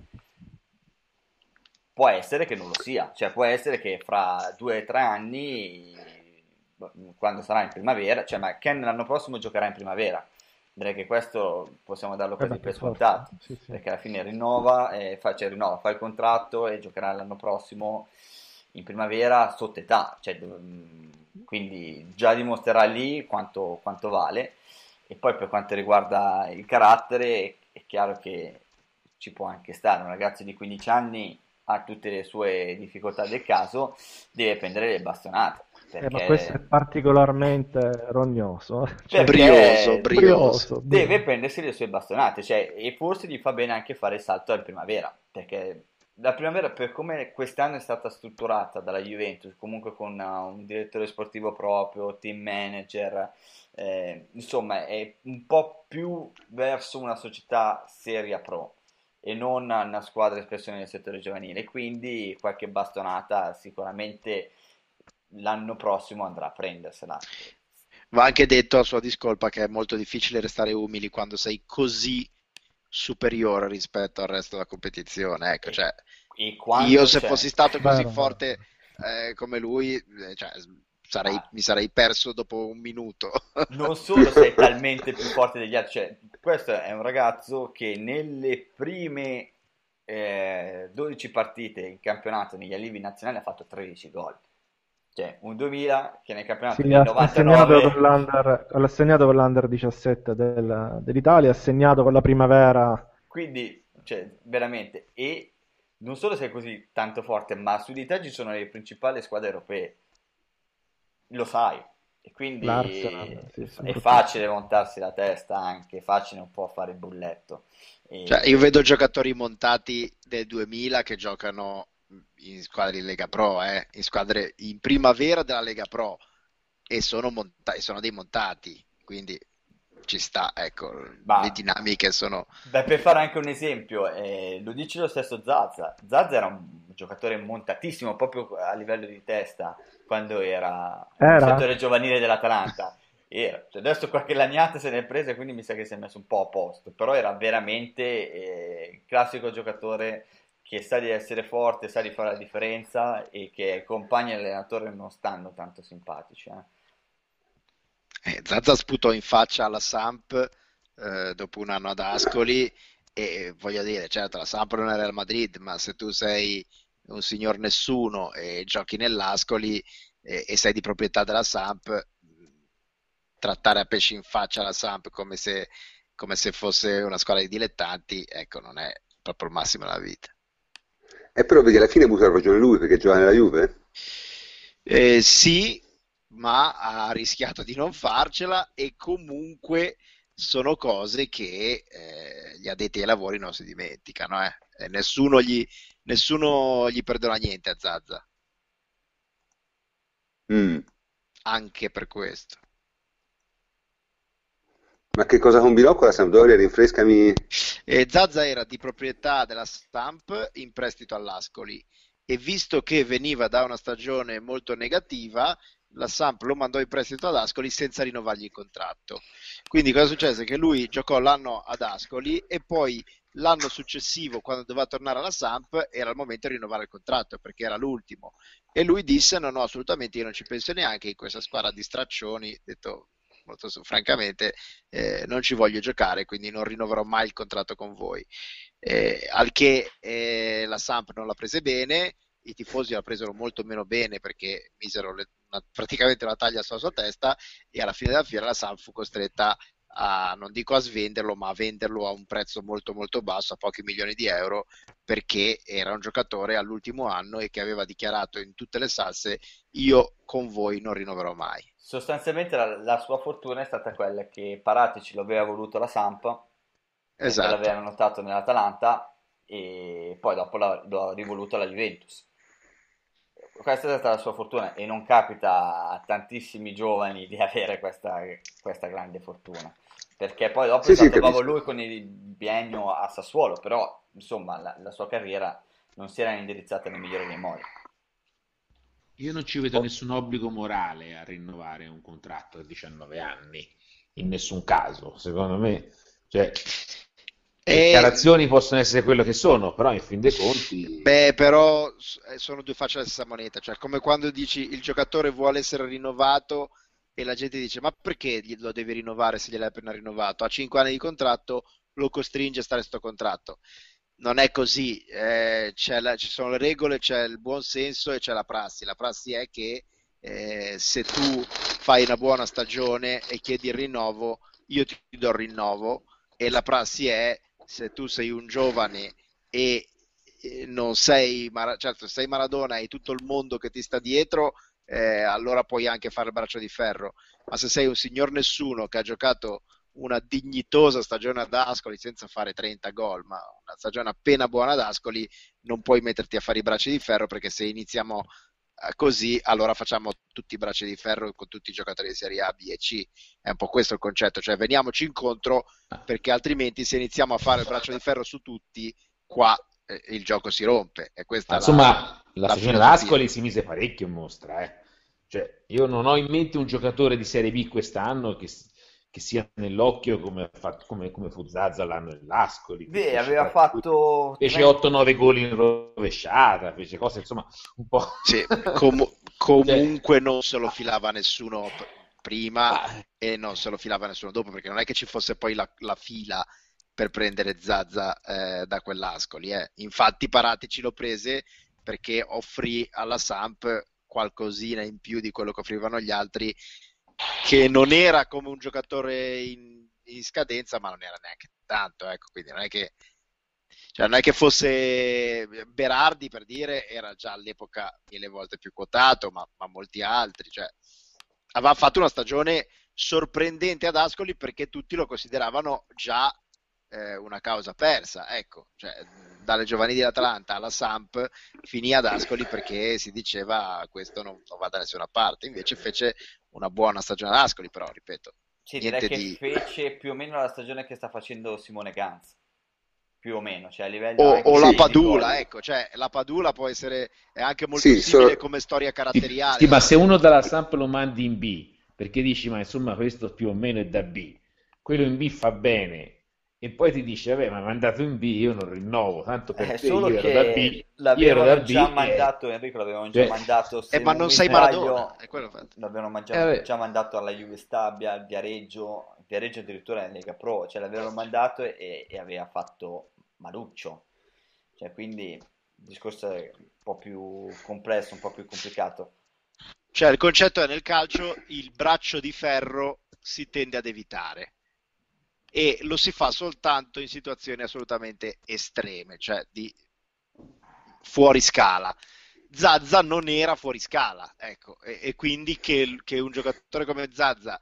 [SPEAKER 4] Può essere che non lo sia, cioè può essere che fra 2 o 3 anni, quando sarà in primavera, cioè ma Ken l'anno prossimo giocherà in primavera, direi che questo possiamo darlo quasi
[SPEAKER 2] Beh,
[SPEAKER 4] per
[SPEAKER 2] per forza.
[SPEAKER 4] scontato,
[SPEAKER 2] Sì, sì.
[SPEAKER 4] perché alla fine rinnova, fa il contratto e giocherà l'anno prossimo in primavera sotto età, cioè, quindi già dimostrerà lì quanto vale. E poi per quanto riguarda il carattere, è chiaro che ci può anche stare un ragazzo di 15 anni ha tutte le sue difficoltà del caso, deve prendere le bastonate
[SPEAKER 2] Ma questo è
[SPEAKER 4] perché,
[SPEAKER 2] particolarmente rognoso. Cioè,
[SPEAKER 3] Brioso.
[SPEAKER 2] brioso,
[SPEAKER 4] deve
[SPEAKER 2] brioso.
[SPEAKER 4] prendersi le sue bastonate, cioè, e forse gli fa bene anche fare il salto in primavera, perché la primavera, per come quest'anno è stata strutturata dalla Juventus, comunque con un direttore sportivo proprio, team manager, insomma, è un po' più verso una società seria pro e non una squadra espressione nel settore giovanile, quindi qualche bastonata sicuramente l'anno prossimo andrà a prendersela.
[SPEAKER 3] Va anche detto a sua discolpa che è molto difficile restare umili quando sei così superiore rispetto al resto della competizione. Ecco,
[SPEAKER 4] E,
[SPEAKER 3] cioè,
[SPEAKER 4] e
[SPEAKER 3] io
[SPEAKER 4] quando
[SPEAKER 3] se
[SPEAKER 4] c'è,
[SPEAKER 3] fossi stato così
[SPEAKER 2] Vero, vero.
[SPEAKER 3] forte come lui, cioè,
[SPEAKER 4] ma
[SPEAKER 3] mi sarei perso dopo un minuto.
[SPEAKER 4] non solo sei talmente più forte degli altri, cioè, questo è un ragazzo che nelle prime 12 partite in campionato negli allievi nazionali ha fatto 13 gol. Cioè, un 2000 che nel campionato
[SPEAKER 2] Sì,
[SPEAKER 4] del
[SPEAKER 2] ha segnato per l'Under 17 dell'Italia, ha segnato per la primavera.
[SPEAKER 4] quindi, cioè, veramente, e non solo sei così tanto forte, ma su di te ci sono le principali squadre europee, lo sai, e quindi
[SPEAKER 2] L'Arsenal, sì,
[SPEAKER 4] è
[SPEAKER 2] soprattutto.
[SPEAKER 4] facile montarsi la testa anche, è facile un po' fare il bulletto.
[SPEAKER 3] Cioè, io
[SPEAKER 4] E...
[SPEAKER 3] vedo giocatori montati del 2000 che giocano in squadre di Lega Pro, in squadre in primavera della Lega Pro e sono dei montati, quindi ci sta, ecco, le
[SPEAKER 4] Ma
[SPEAKER 3] dinamiche sono...
[SPEAKER 4] beh, per fare anche un esempio, lo dice lo stesso Zaza. Zaza era un giocatore montatissimo proprio a livello di testa quando era nel
[SPEAKER 2] Era?
[SPEAKER 4] settore giovanile dell'Atalanta. Era. Cioè, adesso qualche lagnata se ne è presa, quindi mi sa che si è messo un po' a posto. Però era veramente il classico giocatore che sa di essere forte, sa di fare la differenza e che ai compagni e all'allenatore non stanno tanto simpatici.
[SPEAKER 3] Zaza sputò in faccia alla Samp dopo un anno ad Ascoli e voglio dire, certo, la Samp non è Real Madrid, ma se tu sei un signor nessuno e giochi nell'Ascoli e sei di proprietà della Samp, trattare a pesci in faccia la Samp come se fosse una squadra di dilettanti, ecco, non è proprio il massimo della vita.
[SPEAKER 1] E però vedi, alla fine ha avuto ragione lui perché gioca nella Juve.
[SPEAKER 3] Sì, ma ha rischiato di non farcela e comunque sono cose che gli addetti ai lavori non si dimenticano. Nessuno gli perdona niente a Zazza,
[SPEAKER 1] Mm.
[SPEAKER 3] anche per questo.
[SPEAKER 1] Ma che cosa combinò con la Sampdoria? Rinfrescami.
[SPEAKER 3] E Zazza era di proprietà della Stamp in prestito all'Ascoli e visto che veniva da una stagione molto negativa, la Samp lo mandò in prestito ad Ascoli senza rinnovargli il contratto. Quindi cosa successe? Che lui giocò l'anno ad Ascoli e poi l'anno successivo, quando doveva tornare alla Samp, era il momento di rinnovare il contratto perché era l'ultimo. E lui disse: no, no, assolutamente, io non ci penso neanche in questa squadra di straccioni. Detto molto francamente, non ci voglio giocare, quindi non rinnoverò mai il contratto con voi. Al che la Samp non la prese bene, i tifosi la presero molto meno bene perché misero praticamente una taglia sulla sua testa e alla fine della fiera la Samp fu costretta a, non dico a svenderlo, ma a venderlo a un prezzo molto molto basso, a pochi milioni di euro, perché era un giocatore all'ultimo anno e che aveva dichiarato in tutte le salse: io con voi non rinnoverò mai.
[SPEAKER 4] Sostanzialmente la sua fortuna è stata quella che Paratici lo aveva voluto la Samp perché
[SPEAKER 3] Esatto.
[SPEAKER 4] l'aveva notato nell'Atalanta e poi dopo l'ha rivoluto la Juventus. Questa è stata la sua fortuna e non capita a tantissimi giovani di avere questa grande fortuna. Perché poi dopo è
[SPEAKER 1] Sì, sì,
[SPEAKER 4] stato bravo
[SPEAKER 1] capisco.
[SPEAKER 4] lui con il biennio a Sassuolo, però insomma la sua carriera non si era indirizzata nel migliore dei modi.
[SPEAKER 5] Io non ci vedo
[SPEAKER 1] Oh,
[SPEAKER 5] nessun obbligo morale a rinnovare un contratto a 19 anni, in nessun caso, secondo me. Cioè, le
[SPEAKER 3] E
[SPEAKER 5] dichiarazioni possono essere quello che sono, però in fin dei conti...
[SPEAKER 3] beh, però sono due facce della stessa moneta, cioè come quando dici il giocatore vuole essere rinnovato e la gente dice: ma perché lo devi rinnovare se gliel'hai appena rinnovato? A 5 anni di contratto lo costringe a stare sto contratto. Non è così, ci sono le regole, c'è il buon senso e c'è la prassi. La prassi è che se tu fai una buona stagione e chiedi il rinnovo, io ti do il rinnovo, e la prassi è: se tu sei un giovane e non sei, certo, sei Maradona e tutto il mondo che ti sta dietro, allora puoi anche fare il braccio di ferro, ma se sei un signor nessuno che ha giocato una dignitosa stagione ad Ascoli senza fare 30 gol, ma una stagione appena buona ad Ascoli, non puoi metterti a fare i bracci di ferro, perché se iniziamo così, allora facciamo tutti i bracci di ferro con tutti i giocatori di Serie A, B e C. È un po' questo il concetto, cioè veniamoci incontro, perché altrimenti se iniziamo a fare il braccio di ferro su tutti, qua il gioco si rompe, e
[SPEAKER 5] Ma
[SPEAKER 3] questa è
[SPEAKER 5] insomma, la
[SPEAKER 3] la
[SPEAKER 5] stagione
[SPEAKER 3] filosofia.
[SPEAKER 5] d'Ascoli si mise parecchio in mostra, eh. Cioè, io non ho in mente un giocatore di Serie B quest'anno che sia nell'occhio come, come fu Zaza l'anno dell'Ascoli, che
[SPEAKER 4] Beh, aveva
[SPEAKER 5] fece
[SPEAKER 4] fatto
[SPEAKER 5] fece
[SPEAKER 4] 30...
[SPEAKER 5] 8-9 gol in rovesciata, fece cose insomma un po'...
[SPEAKER 3] Sì,
[SPEAKER 5] Cioè,
[SPEAKER 3] comunque non se lo filava nessuno prima
[SPEAKER 5] ma
[SPEAKER 3] e non se lo filava nessuno dopo, perché non è che ci fosse poi la fila per prendere Zazza da quell'Ascoli. Infatti Paratici lo prese perché offrì alla Samp qualcosina in più di quello che offrivano gli altri, che non era come un giocatore in scadenza, ma non era neanche tanto, ecco, quindi non è che fosse Berardi, per dire, era già all'epoca 1000 volte più quotato, ma molti altri, cioè aveva fatto una stagione sorprendente ad Ascoli perché tutti lo consideravano già una causa persa, ecco, cioè dalle giovanili dell'Atalanta alla Samp finì ad Ascoli perché si diceva questo non va da nessuna parte, invece fece una buona stagione ad Ascoli, però ripeto,
[SPEAKER 4] sì, direi che fece più o meno la stagione che sta facendo Simone Ganz, più o meno, cioè a livello
[SPEAKER 3] o la Padula, ecco, cioè la Padula può essere, è anche molto simile come storia caratteriale.
[SPEAKER 5] Sì, ma se uno dalla Samp lo mandi in B, perché dici, ma insomma questo più o meno è da B, quello in B fa bene, e poi ti dice, vabbè, ma mandato in B, io non rinnovo, tanto per te
[SPEAKER 4] solo
[SPEAKER 5] io ero da B,
[SPEAKER 4] l'avevano già mandato, Enrico l'avevano già mandato,
[SPEAKER 3] ma non sei Maradona, è quello fatto.
[SPEAKER 4] L'avevano già mandato alla Juve Stabia, al Viareggio addirittura in Lega Pro, cioè l'avevano mandato e aveva fatto maluccio, cioè quindi il discorso è un po' più complesso, un po' più complicato.
[SPEAKER 3] Cioè il concetto è, nel calcio il braccio di ferro si tende ad evitare e lo si fa soltanto in situazioni assolutamente estreme, cioè di fuori scala. Zaza non era fuori scala, ecco, e quindi che un giocatore come Zaza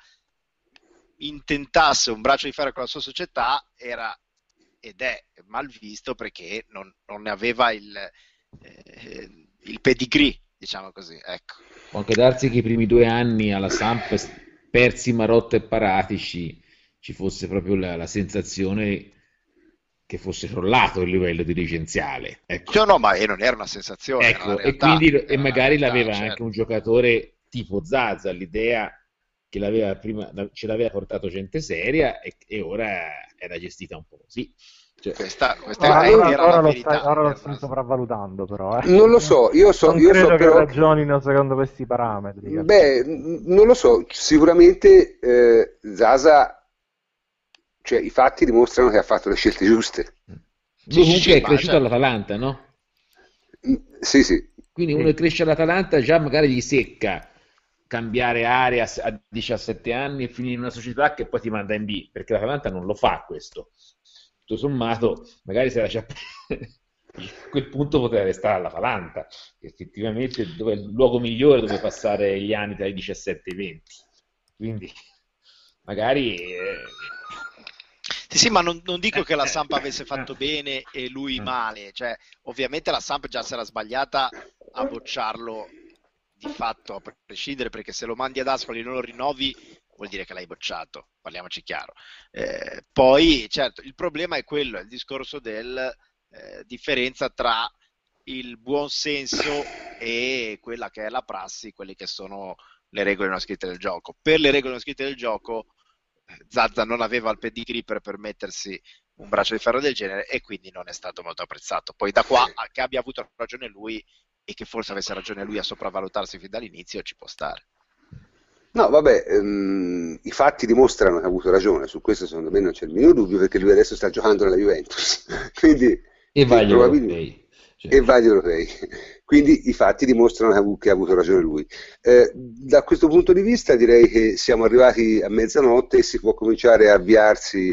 [SPEAKER 3] intentasse un braccio di ferro con la sua società era ed è mal visto perché non ne aveva il pedigree, diciamo così, ecco.
[SPEAKER 5] Può anche darsi che i primi 2 anni alla Samp, persi Marotta e Paratici, ci fosse proprio la sensazione che fosse crollato il livello dirigenziale, ecco.
[SPEAKER 3] No, ma non era una sensazione,
[SPEAKER 5] ecco,
[SPEAKER 3] era realtà,
[SPEAKER 5] e magari l'aveva
[SPEAKER 3] certo.
[SPEAKER 5] anche un giocatore tipo Zaza, l'idea che l'aveva prima, ce l'aveva portato gente seria e ora era gestita un po' così. Cioè,
[SPEAKER 3] questa
[SPEAKER 2] era
[SPEAKER 3] la verità.
[SPEAKER 2] Ora lo stai sopravvalutando, però.
[SPEAKER 1] Non lo so, io
[SPEAKER 2] credo che
[SPEAKER 1] però
[SPEAKER 2] ragionino secondo questi parametri.
[SPEAKER 1] Beh, non lo so, sicuramente Zaza, cioè i fatti dimostrano che ha fatto le scelte giuste.
[SPEAKER 5] Comunque è cresciuto all'Atalanta, no?
[SPEAKER 1] Sì, sì.
[SPEAKER 5] Quindi uno che cresce all'Atalanta già magari gli secca cambiare area a 17 anni e finire in una società che poi ti manda in B, perché l'Atalanta non lo fa questo. Tutto sommato, magari se la a quel punto poteva restare all'Atalanta, che effettivamente è il luogo migliore dove passare gli anni tra i 17 e i 20. Quindi magari...
[SPEAKER 3] Sì, ma non dico che la Samp avesse fatto bene e lui male, cioè ovviamente la Samp già si era sbagliata a bocciarlo di fatto, a prescindere, perché se lo mandi ad Ascoli e non lo rinnovi vuol dire che l'hai bocciato, parliamoci chiaro. Poi certo, il problema è quello, è il discorso del differenza tra il buon senso e quella che è la prassi, quelle che sono le regole non scritte del gioco. Per le regole non scritte del gioco Zaza non aveva il pedigree per permettersi un braccio di ferro del genere e quindi non è stato molto apprezzato. Poi da qua a che abbia avuto ragione lui e che forse avesse ragione lui a sopravvalutarsi fin dall'inizio ci può stare.
[SPEAKER 1] No, vabbè, i fatti dimostrano che ha avuto ragione, su questo secondo me non c'è il minimo dubbio, perché lui adesso sta giocando nella Juventus. Quindi,
[SPEAKER 5] e va agli europei.
[SPEAKER 1] Cioè. E va agli europei. Quindi i fatti dimostrano che ha avuto ragione lui. Da questo punto di vista direi che siamo arrivati a mezzanotte e si può cominciare a avviarsi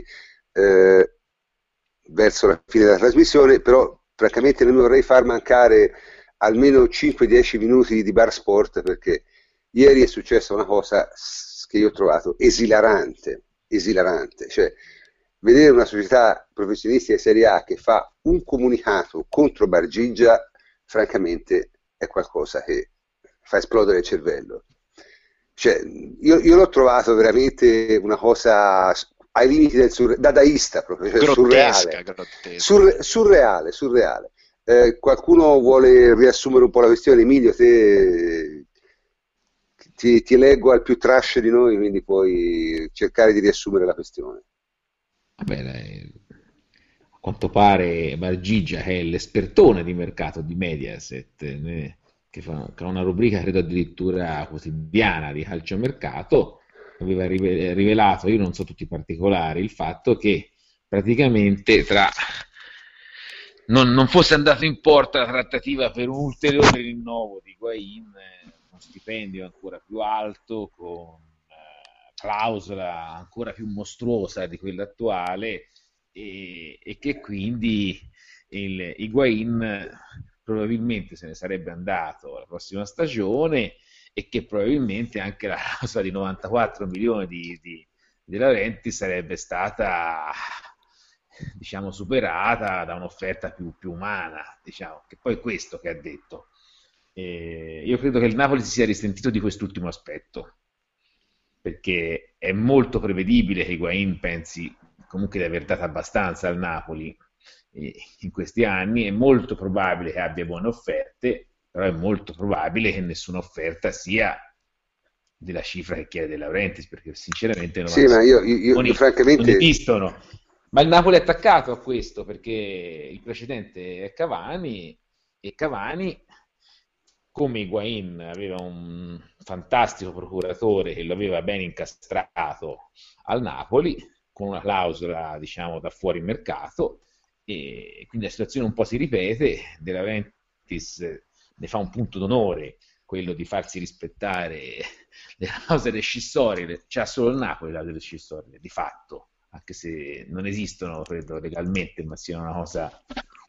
[SPEAKER 1] verso la fine della trasmissione, però francamente non mi vorrei far mancare almeno 5-10 minuti di bar sport, perché ieri è successa una cosa che io ho trovato esilarante, cioè vedere una società professionistica di Serie A che fa un comunicato contro Bargigia, francamente è qualcosa che fa esplodere il cervello. Cioè, io l'ho trovato veramente una cosa ai limiti del dadaista, proprio, cioè surreale. Qualcuno vuole riassumere un po' la questione? Emilio, ti leggo al più trash di noi, quindi puoi cercare di riassumere la questione.
[SPEAKER 5] Vabbè, a quanto pare Bargigia, che è l'espertone di mercato di Mediaset, che ha una rubrica credo addirittura quotidiana di calciomercato, aveva rivelato, io non so tutti i particolari, il fatto che praticamente non fosse andato in porta la trattativa per un ulteriore rinnovo di Higuaín, stipendio ancora più alto, con clausola ancora più mostruosa di quella attuale e che quindi Higuain probabilmente se ne sarebbe andato la prossima stagione e che probabilmente anche la clausola di 94 milioni di Laurenti sarebbe stata, diciamo, superata da un'offerta più umana, diciamo, che poi è questo che ha detto. Io credo che il Napoli si sia risentito di quest'ultimo aspetto, perché è molto prevedibile che Higuain pensi comunque di aver dato abbastanza al Napoli in questi anni, è molto probabile che abbia buone offerte, però è molto probabile che nessuna offerta sia della cifra che chiede De Laurentiis, perché sinceramente
[SPEAKER 1] Sì, ma
[SPEAKER 5] non
[SPEAKER 1] francamente,
[SPEAKER 5] esistono. Ma il Napoli è attaccato a questo perché il precedente è Cavani e Cavani, come Higuain aveva un fantastico procuratore che lo aveva ben incastrato al Napoli con una clausola, diciamo, da fuori mercato, e quindi la situazione un po' si ripete. De Laurentiis ne fa un punto d'onore quello di farsi rispettare le clausole rescissorie, c'ha solo il Napoli le clausole rescissorie, di fatto, anche se non esistono, credo, legalmente, ma sia una cosa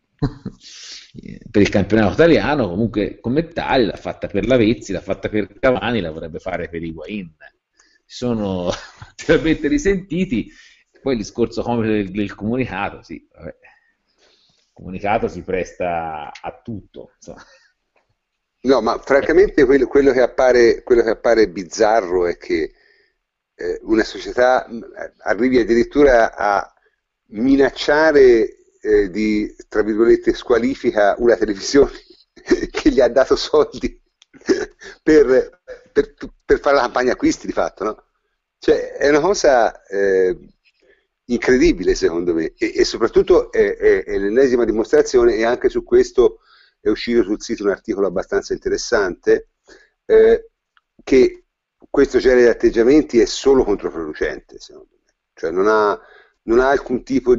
[SPEAKER 5] per il campionato italiano, comunque come tale l'ha fatta per Lavezzi, l'ha fatta per Cavani, la vorrebbe fare per Higuain. Sono particolarmente risentiti. Poi il discorso comico del comunicato, sì, vabbè. Il comunicato si presta a tutto, insomma.
[SPEAKER 1] no, ma francamente quello che appare bizzarro è che una società arrivi addirittura a minacciare di, tra virgolette, squalifica una televisione che gli ha dato soldi per, per fare la campagna acquisti di fatto, no? Cioè, è una cosa incredibile secondo me e soprattutto è l'ennesima dimostrazione e anche su questo è uscito sul sito un articolo abbastanza interessante che questo genere di atteggiamenti è solo controproducente secondo me, cioè non ha alcun tipo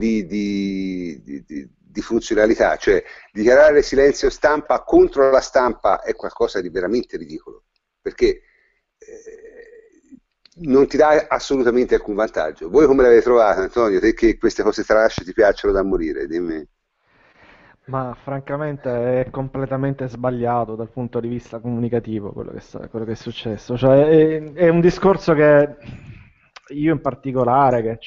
[SPEAKER 1] di funzionalità, cioè dichiarare silenzio stampa contro la stampa è qualcosa di veramente ridicolo, perché non ti dà assolutamente alcun vantaggio. Voi come l'avete trovata, Antonio? Te che queste cose trash ti piacciono da morire, dimmi.
[SPEAKER 2] Ma francamente è completamente sbagliato dal punto di vista comunicativo quello che è successo. Cioè, è un discorso che io in particolare, che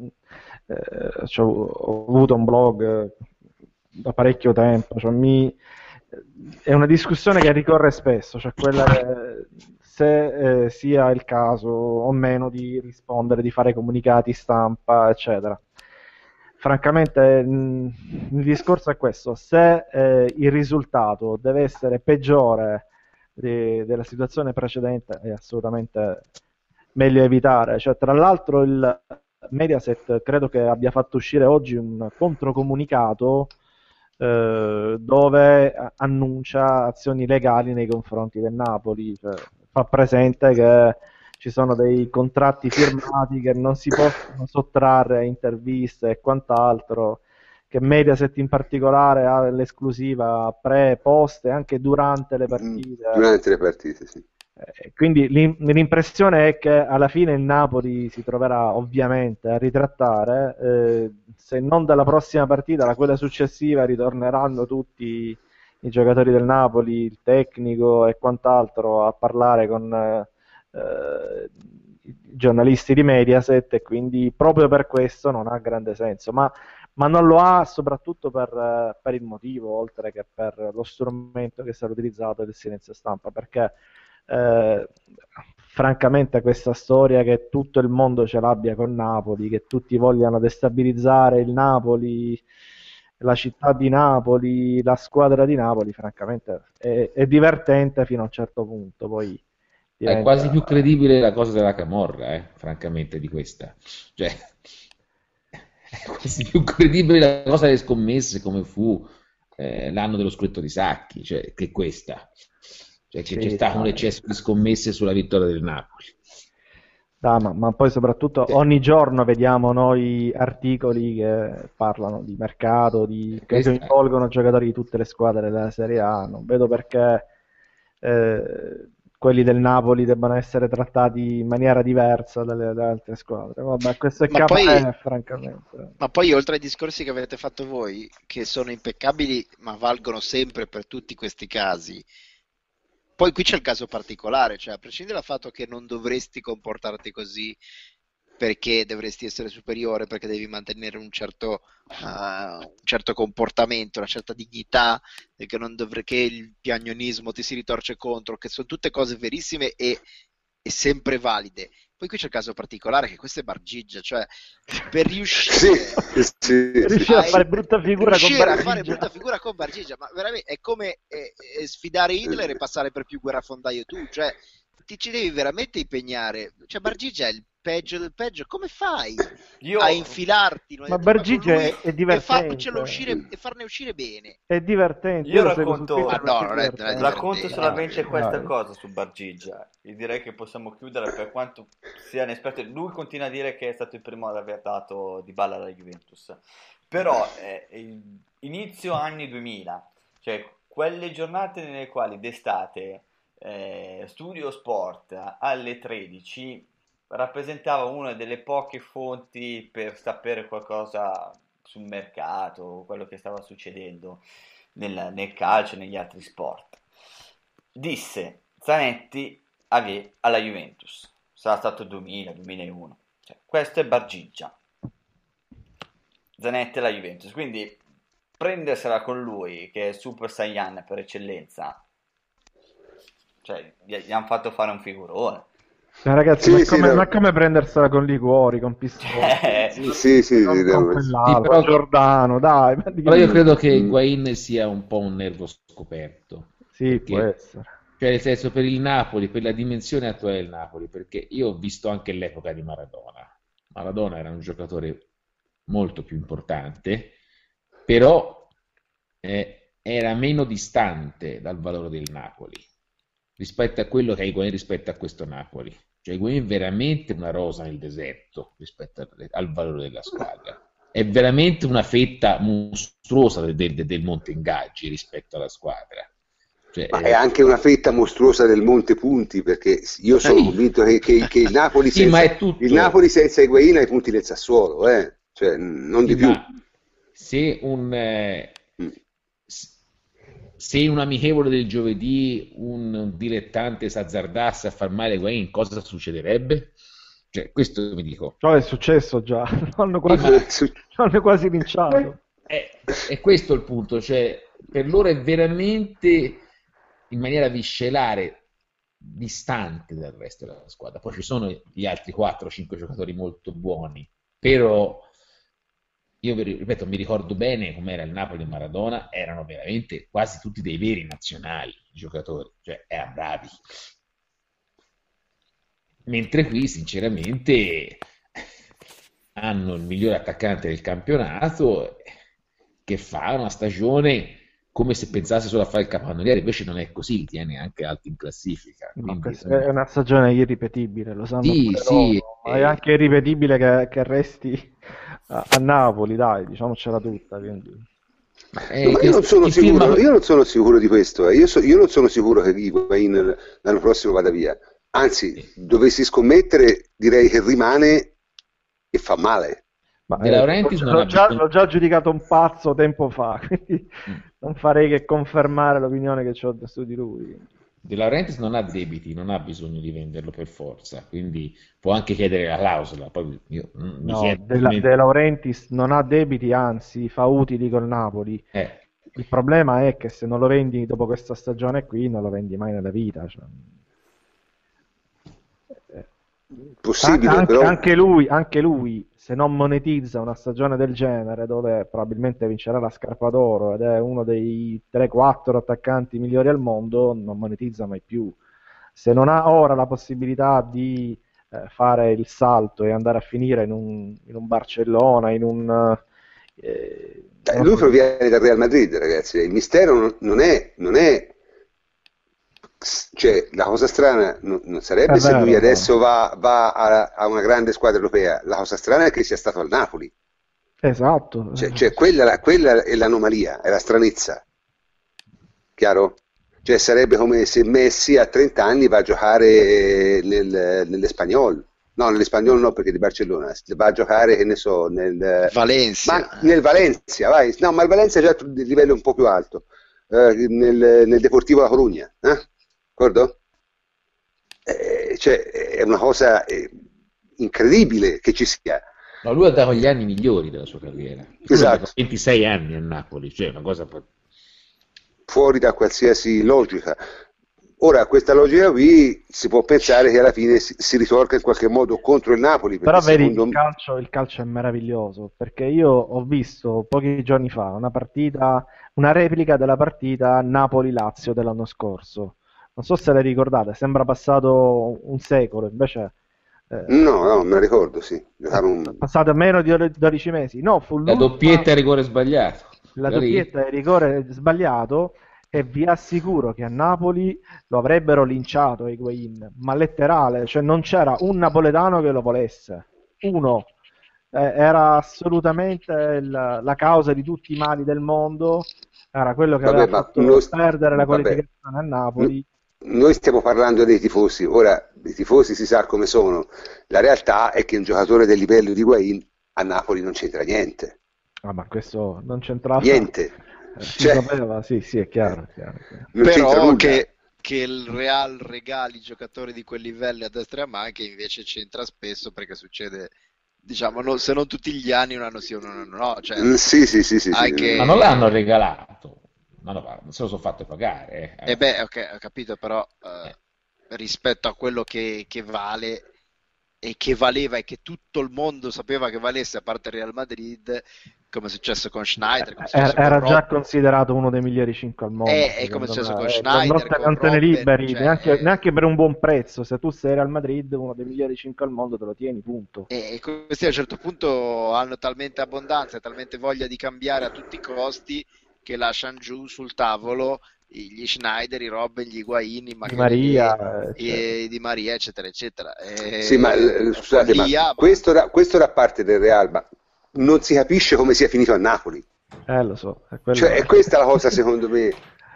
[SPEAKER 2] ho avuto un blog da parecchio tempo, è una discussione che ricorre spesso, cioè quella se sia il caso o meno di rispondere, di fare comunicati stampa, eccetera. Francamente, il discorso è questo: se il risultato deve essere peggiore della situazione precedente, è assolutamente meglio evitare. Cioè, tra l'altro, il Mediaset credo che abbia fatto uscire oggi un controcomunicato dove annuncia azioni legali nei confronti del Napoli, cioè, fa presente che ci sono dei contratti firmati che non si possono sottrarre a interviste e quant'altro, che Mediaset in particolare ha l'esclusiva pre, post e anche durante le partite.
[SPEAKER 1] Durante le partite, sì.
[SPEAKER 2] Quindi l'impressione è che alla fine il Napoli si troverà ovviamente a ritrattare, se non dalla prossima partita, da quella successiva ritorneranno tutti i giocatori del Napoli, il tecnico e quant'altro a parlare con i giornalisti di Mediaset, e quindi proprio per questo non ha grande senso, ma non lo ha soprattutto per il motivo, oltre che per lo strumento che è stato utilizzato del silenzio stampa, perché francamente questa storia che tutto il mondo ce l'abbia con Napoli, che tutti vogliano destabilizzare il Napoli, la città di Napoli, la squadra di Napoli, francamente è divertente fino a un certo punto, poi
[SPEAKER 5] È quasi più
[SPEAKER 2] diventa...
[SPEAKER 5] credibile la cosa della Camorra, francamente, di questa. Cioè, è quasi più credibile la cosa delle scommesse, come fu l'anno dello scudetto di Sacchi, cioè, che questa. Cioè, che c'è
[SPEAKER 2] Sì,
[SPEAKER 5] stato un
[SPEAKER 2] dai.
[SPEAKER 5] eccesso di scommesse sulla vittoria del Napoli.
[SPEAKER 2] Dai, ma poi soprattutto
[SPEAKER 5] Cioè,
[SPEAKER 2] ogni giorno vediamo noi articoli che parlano di mercato, che
[SPEAKER 5] questa
[SPEAKER 2] coinvolgono giocatori di tutte le squadre della Serie A. Non vedo perché quelli del Napoli debbano essere trattati in maniera diversa dalle altre squadre. Vabbè, questo è
[SPEAKER 3] Ma poi,
[SPEAKER 2] francamente.
[SPEAKER 3] ma poi oltre ai discorsi che avete fatto voi, che sono impeccabili, ma valgono sempre per tutti questi casi, poi qui c'è il caso particolare, cioè a prescindere dal fatto che non dovresti comportarti così perché dovresti essere superiore, perché devi mantenere un certo comportamento, una certa dignità, e che il piagnonismo ti si ritorce contro, che sono tutte cose verissime e sempre valide. Poi qui c'è il caso particolare che questo è Bargigia, cioè per riuscire
[SPEAKER 2] Riuscire a fare brutta figura con
[SPEAKER 3] riuscire a fare
[SPEAKER 2] Bargigia.
[SPEAKER 3] brutta figura con Bargigia, ma veramente è come sfidare Hitler e passare per più guerrafondaio tu, cioè ti ci devi veramente impegnare. Cioè Bargigia è il peggio del peggio, come fai a infilarti in una
[SPEAKER 2] Ma
[SPEAKER 3] diatriba con
[SPEAKER 2] Bargigia
[SPEAKER 3] lui
[SPEAKER 2] è
[SPEAKER 3] e
[SPEAKER 2] divertente.
[SPEAKER 3] e farne uscire bene?
[SPEAKER 2] È divertente.
[SPEAKER 4] Io
[SPEAKER 2] lo seguo su
[SPEAKER 4] racconto,
[SPEAKER 2] Twitter
[SPEAKER 3] Ma no,
[SPEAKER 2] perché è
[SPEAKER 3] non è
[SPEAKER 2] divertente.
[SPEAKER 4] racconto
[SPEAKER 3] divertente.
[SPEAKER 4] solamente questa
[SPEAKER 2] Dai.
[SPEAKER 4] cosa su Bargigia. Io direi che possiamo chiudere per quanto sia inesperto. Lui continua a dire che è stato il primo ad aver dato Dybala alla Juventus. Però inizio anni 2000, cioè quelle giornate nelle quali d'estate Studio Sport alle 13 rappresentava una delle poche fonti per sapere qualcosa sul mercato, quello che stava succedendo nel calcio e negli altri sport. Disse Zanetti alla Juventus, sarà stato 2000-2001, cioè, questo è Bargigia, Zanetti alla Juventus, quindi prendersela con lui che è Super Saiyan per eccellenza, cioè gli hanno fatto fare un figurone.
[SPEAKER 2] Ragazzi,
[SPEAKER 1] Sì,
[SPEAKER 2] ma come prendersela con Liguori, con Pistone,
[SPEAKER 1] sì,
[SPEAKER 2] con
[SPEAKER 1] no,
[SPEAKER 2] quell'altro,
[SPEAKER 5] però-
[SPEAKER 2] Giordano, dai. Ma di
[SPEAKER 5] Però io
[SPEAKER 2] che-
[SPEAKER 5] credo che Higuain sia un po' un nervo scoperto.
[SPEAKER 2] Sì,
[SPEAKER 5] Perché-
[SPEAKER 2] può essere.
[SPEAKER 5] Cioè, nel senso, per il Napoli, per la dimensione attuale del Napoli, perché io ho visto anche l'epoca di Maradona. Maradona era un giocatore molto più importante, però era meno distante dal valore del Napoli rispetto a quello che è Higuain rispetto a questo Napoli. Cioè, Higuain è veramente una rosa nel deserto rispetto al valore della squadra. È veramente una fetta mostruosa del Monte Ingaggi rispetto alla squadra. Cioè,
[SPEAKER 1] ma è anche una fetta mostruosa del Monte Punti, perché io sono convinto che il Napoli
[SPEAKER 5] Sì, ma
[SPEAKER 1] senza,
[SPEAKER 5] è tutto.
[SPEAKER 1] il Napoli senza Higuain ha i punti del Sassuolo, cioè, non di
[SPEAKER 5] Sì,
[SPEAKER 1] più.
[SPEAKER 5] ma se se in un amichevole del giovedì un dilettante s'azzardasse a far male a Higuain, cosa succederebbe? Cioè, questo mi dico.
[SPEAKER 2] Ciò è successo già, l'hanno quasi linciato.
[SPEAKER 5] È questo il punto, cioè per loro è veramente in maniera viscerale distante dal resto della squadra. Poi ci sono gli altri 4-5 giocatori molto buoni, però io ripeto, mi ricordo bene com'era il Napoli di Maradona, erano veramente quasi tutti dei veri nazionali i giocatori, cioè erano bravi. Mentre qui, sinceramente, hanno il migliore attaccante del campionato che fa una stagione come se pensasse solo a fare il capannoniere, invece non è così, li tiene anche alti in classifica.
[SPEAKER 2] No,
[SPEAKER 5] Quindi,
[SPEAKER 2] questa è una stagione irripetibile, lo sanno
[SPEAKER 5] sì,
[SPEAKER 2] pure
[SPEAKER 5] sì,
[SPEAKER 2] loro, ma è anche irripetibile che resti a Napoli, dai, diciamocela tutta. Quindi.
[SPEAKER 1] No, ma io non sono sicuro di questo. Io non sono sicuro che Higuain l'anno prossimo vada via. Anzi, dovessi scommettere, direi che rimane e fa male.
[SPEAKER 2] Ma,
[SPEAKER 5] De Laurentiis non ha
[SPEAKER 2] l'ho già giudicato un pazzo tempo fa, quindi non farei che confermare l'opinione che ho su di lui.
[SPEAKER 5] De Laurentiis non ha debiti, non ha bisogno di venderlo per forza, quindi può anche chiedere la clausola. Poi io mi chiedo
[SPEAKER 2] De Laurentiis non ha debiti, anzi fa utili col Napoli. Il problema è che se non lo vendi dopo questa stagione qui, non lo vendi mai nella vita. Cioè.
[SPEAKER 1] Possibile, però...
[SPEAKER 2] anche lui, se non monetizza una stagione del genere, dove probabilmente vincerà la Scarpa d'Oro ed è uno dei 3-4 attaccanti migliori al mondo, non monetizza mai più. Se non ha ora la possibilità di fare il salto e andare a finire in un Barcellona, lui
[SPEAKER 1] proviene dal Real Madrid, ragazzi. Il mistero non è cioè, la cosa strana non sarebbe se lui adesso va a una grande squadra europea. La cosa strana è che sia stato al Napoli.
[SPEAKER 2] Esatto.
[SPEAKER 1] Cioè quella è l'anomalia, è la stranezza. Chiaro? Cioè sarebbe come se Messi a 30 anni va a giocare nell'Espanyol. No, nell'Espanyol no, perché è di Barcellona. Va a giocare, che ne so,
[SPEAKER 3] Valencia.
[SPEAKER 1] ma nel Valencia, vai. No, ma il Valencia è già di livello un po' più alto. Nel Deportivo La Coruña, d'accordo? Cioè, è una cosa incredibile che ci sia.
[SPEAKER 5] No, lui ha dato gli anni migliori della sua carriera.
[SPEAKER 1] Esatto.
[SPEAKER 5] 26 anni a Napoli, cioè una cosa
[SPEAKER 1] fuori da qualsiasi logica. Ora, questa logica qui si può pensare che alla fine si ritorca in qualche modo contro il Napoli.
[SPEAKER 2] Però vedi,
[SPEAKER 1] secondo...
[SPEAKER 2] il calcio è meraviglioso, perché io ho visto pochi giorni fa una replica della partita Napoli-Lazio dell'anno scorso. Non so se la ricordate, sembra passato un secolo, invece...
[SPEAKER 1] No, me la ricordo, sì.
[SPEAKER 2] Passato meno di 12 mesi. No, fu
[SPEAKER 5] la doppietta a rigore sbagliato.
[SPEAKER 2] La doppietta a rigore sbagliato, e vi assicuro che a Napoli lo avrebbero linciato Higuaín, ma letterale, cioè non c'era un napoletano che lo volesse. Uno. Era assolutamente la causa di tutti i mali del mondo, era quello che aveva fatto perdere la qualificazione a Napoli.
[SPEAKER 1] Noi stiamo parlando dei tifosi, ora i tifosi si sa come sono, la realtà è che un giocatore del livello di Higuaín a Napoli non c'entra niente.
[SPEAKER 2] Ma questo non c'entrava
[SPEAKER 1] niente.
[SPEAKER 2] Si sapeva, sì, è chiaro.
[SPEAKER 3] Però che il Real regali giocatori di quel livello a destra e a manca invece c'entra spesso, perché succede, diciamo, se non tutti gli anni, un anno sì, un anno no. Cioè,
[SPEAKER 1] sì.
[SPEAKER 3] Anche...
[SPEAKER 5] Ma non l'hanno regalato. Non se lo sono fatto pagare.
[SPEAKER 3] Ok, ho capito, però rispetto a quello che vale e che valeva e che tutto il mondo sapeva che valesse, a parte il Real Madrid, come è successo con Schneider.
[SPEAKER 2] Era già considerato uno dei migliori 5 al mondo.
[SPEAKER 3] È come è successo con Schneider.
[SPEAKER 2] Non te ne liberi, neanche per un buon prezzo. Se tu sei Real Madrid, uno dei migliori 5 al mondo te lo tieni, punto.
[SPEAKER 3] E questi a un certo punto hanno talmente abbondanza e talmente voglia di cambiare a tutti i costi che lasciano giù sul tavolo gli Schneider, i Robben, gli Higuaín,
[SPEAKER 2] Di Maria,
[SPEAKER 3] Di Maria, eccetera, eccetera.
[SPEAKER 1] Sì, ma scusate, questo da parte del Real, ma non si capisce come sia finito a Napoli.
[SPEAKER 2] Lo so.
[SPEAKER 1] È questa la cosa, secondo me,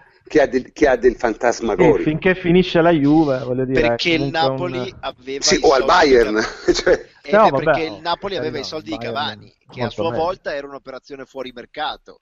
[SPEAKER 1] che ha del fantasmagorico.
[SPEAKER 2] Finché finisce la Juve, voglio dire.
[SPEAKER 3] Perché il Napoli aveva
[SPEAKER 1] i o al Bayern.
[SPEAKER 3] Perché il Napoli aveva i soldi di Cavani, che a sua volta era un'operazione fuori mercato.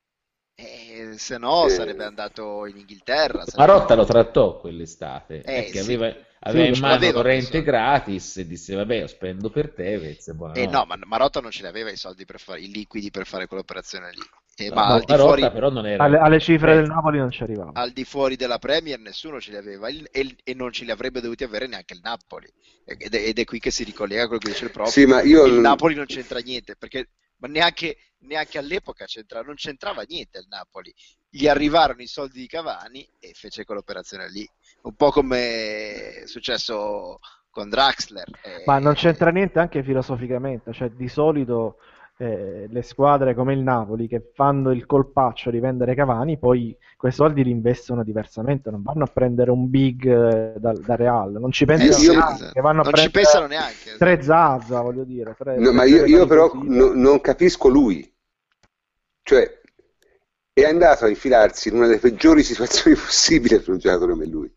[SPEAKER 3] Se no sarebbe andato in Inghilterra.
[SPEAKER 5] Marotta lo trattò quell'estate, che aveva in mano corrente gratis e disse vabbè, lo spendo per te.
[SPEAKER 3] No, ma Marotta non ce li aveva i soldi per fare i liquidi per fare quell'operazione lì.
[SPEAKER 5] Ma al di fuori, però non era...
[SPEAKER 2] alle cifre del Napoli non ci arrivava.
[SPEAKER 3] Al di fuori della Premier nessuno ce li aveva e non ce li avrebbe dovuti avere neanche il Napoli. Ed è qui che si ricollega a quello che dice il prof.
[SPEAKER 1] Sì, ma
[SPEAKER 3] Napoli non c'entra niente, perché ma neanche all'epoca non c'entrava niente il Napoli. Gli arrivarono i soldi di Cavani e fece quell'operazione lì, un po' come è successo con Draxler.
[SPEAKER 2] Ma non c'entra niente anche filosoficamente, cioè di solito le squadre come il Napoli che fanno il colpaccio di vendere Cavani, poi quei soldi li investono diversamente, non vanno a prendere un big da Real, non ci pensano neanche, vanno a prendere
[SPEAKER 3] pensano neanche,
[SPEAKER 2] tre Zaza, voglio dire.
[SPEAKER 1] Ma io però non capisco lui, cioè è andato a infilarsi in una delle peggiori situazioni possibili per un giocatore come lui,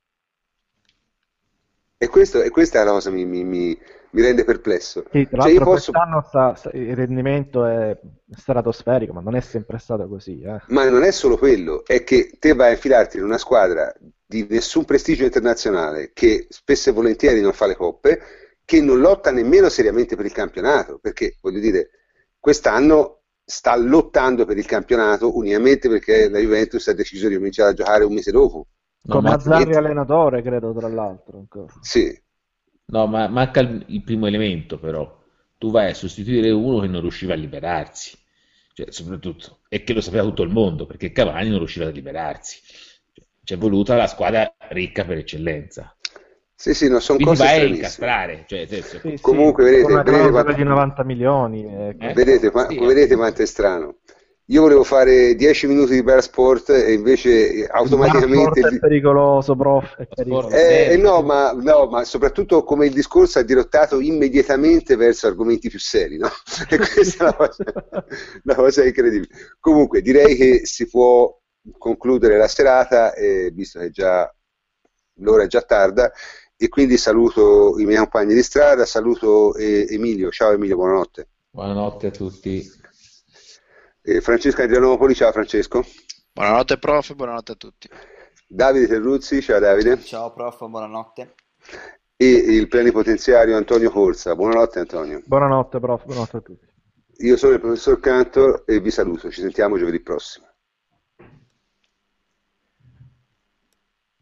[SPEAKER 1] e questa è la cosa mi rende perplesso.
[SPEAKER 2] Sì, tra l'altro quest'anno il rendimento è stratosferico, ma non è sempre stato così.
[SPEAKER 1] Ma non è solo quello, è che te vai a infilarti in una squadra di nessun prestigio internazionale, che spesso e volentieri non fa le coppe, che non lotta nemmeno seriamente per il campionato, perché voglio dire, quest'anno sta lottando per il campionato unicamente perché la Juventus ha deciso di cominciare a giocare un mese dopo.
[SPEAKER 2] Con Mazzarri allenatore, credo, tra l'altro. Ancora.
[SPEAKER 1] Sì.
[SPEAKER 5] No, ma manca il primo elemento, però. Tu vai a sostituire uno che non riusciva a liberarsi, cioè, soprattutto, e che lo sapeva tutto il mondo, perché Cavani non riusciva a liberarsi. C'è voluta la squadra ricca per eccellenza.
[SPEAKER 1] Sì, no, sono
[SPEAKER 5] quindi
[SPEAKER 1] cose
[SPEAKER 5] vai a incastrare.
[SPEAKER 1] Comunque, vedete
[SPEAKER 2] quanto... di 90 milioni.
[SPEAKER 1] Vedete quanto è strano. Io volevo fare 10 minuti di bar sport e invece automaticamente
[SPEAKER 2] è pericoloso, prof, è pericoloso.
[SPEAKER 1] No, ma soprattutto come il discorso ha dirottato immediatamente verso argomenti più seri, no? E questa è la cosa incredibile. Comunque direi che si può concludere la serata, visto che l'ora è già tarda, e quindi saluto i miei compagni di strada, saluto Emilio. Ciao Emilio, buonanotte.
[SPEAKER 5] Buonanotte a tutti.
[SPEAKER 1] Francesco Adrianopoli, ciao Francesco.
[SPEAKER 3] Buonanotte prof, buonanotte a tutti.
[SPEAKER 1] Davide Terruzzi, ciao Davide.
[SPEAKER 4] Ciao prof, buonanotte.
[SPEAKER 1] E il plenipotenziario Antonio Corsa. Buonanotte Antonio.
[SPEAKER 2] Buonanotte prof, buonanotte a tutti.
[SPEAKER 1] Io sono il professor Cantor e vi saluto, ci sentiamo giovedì prossimo.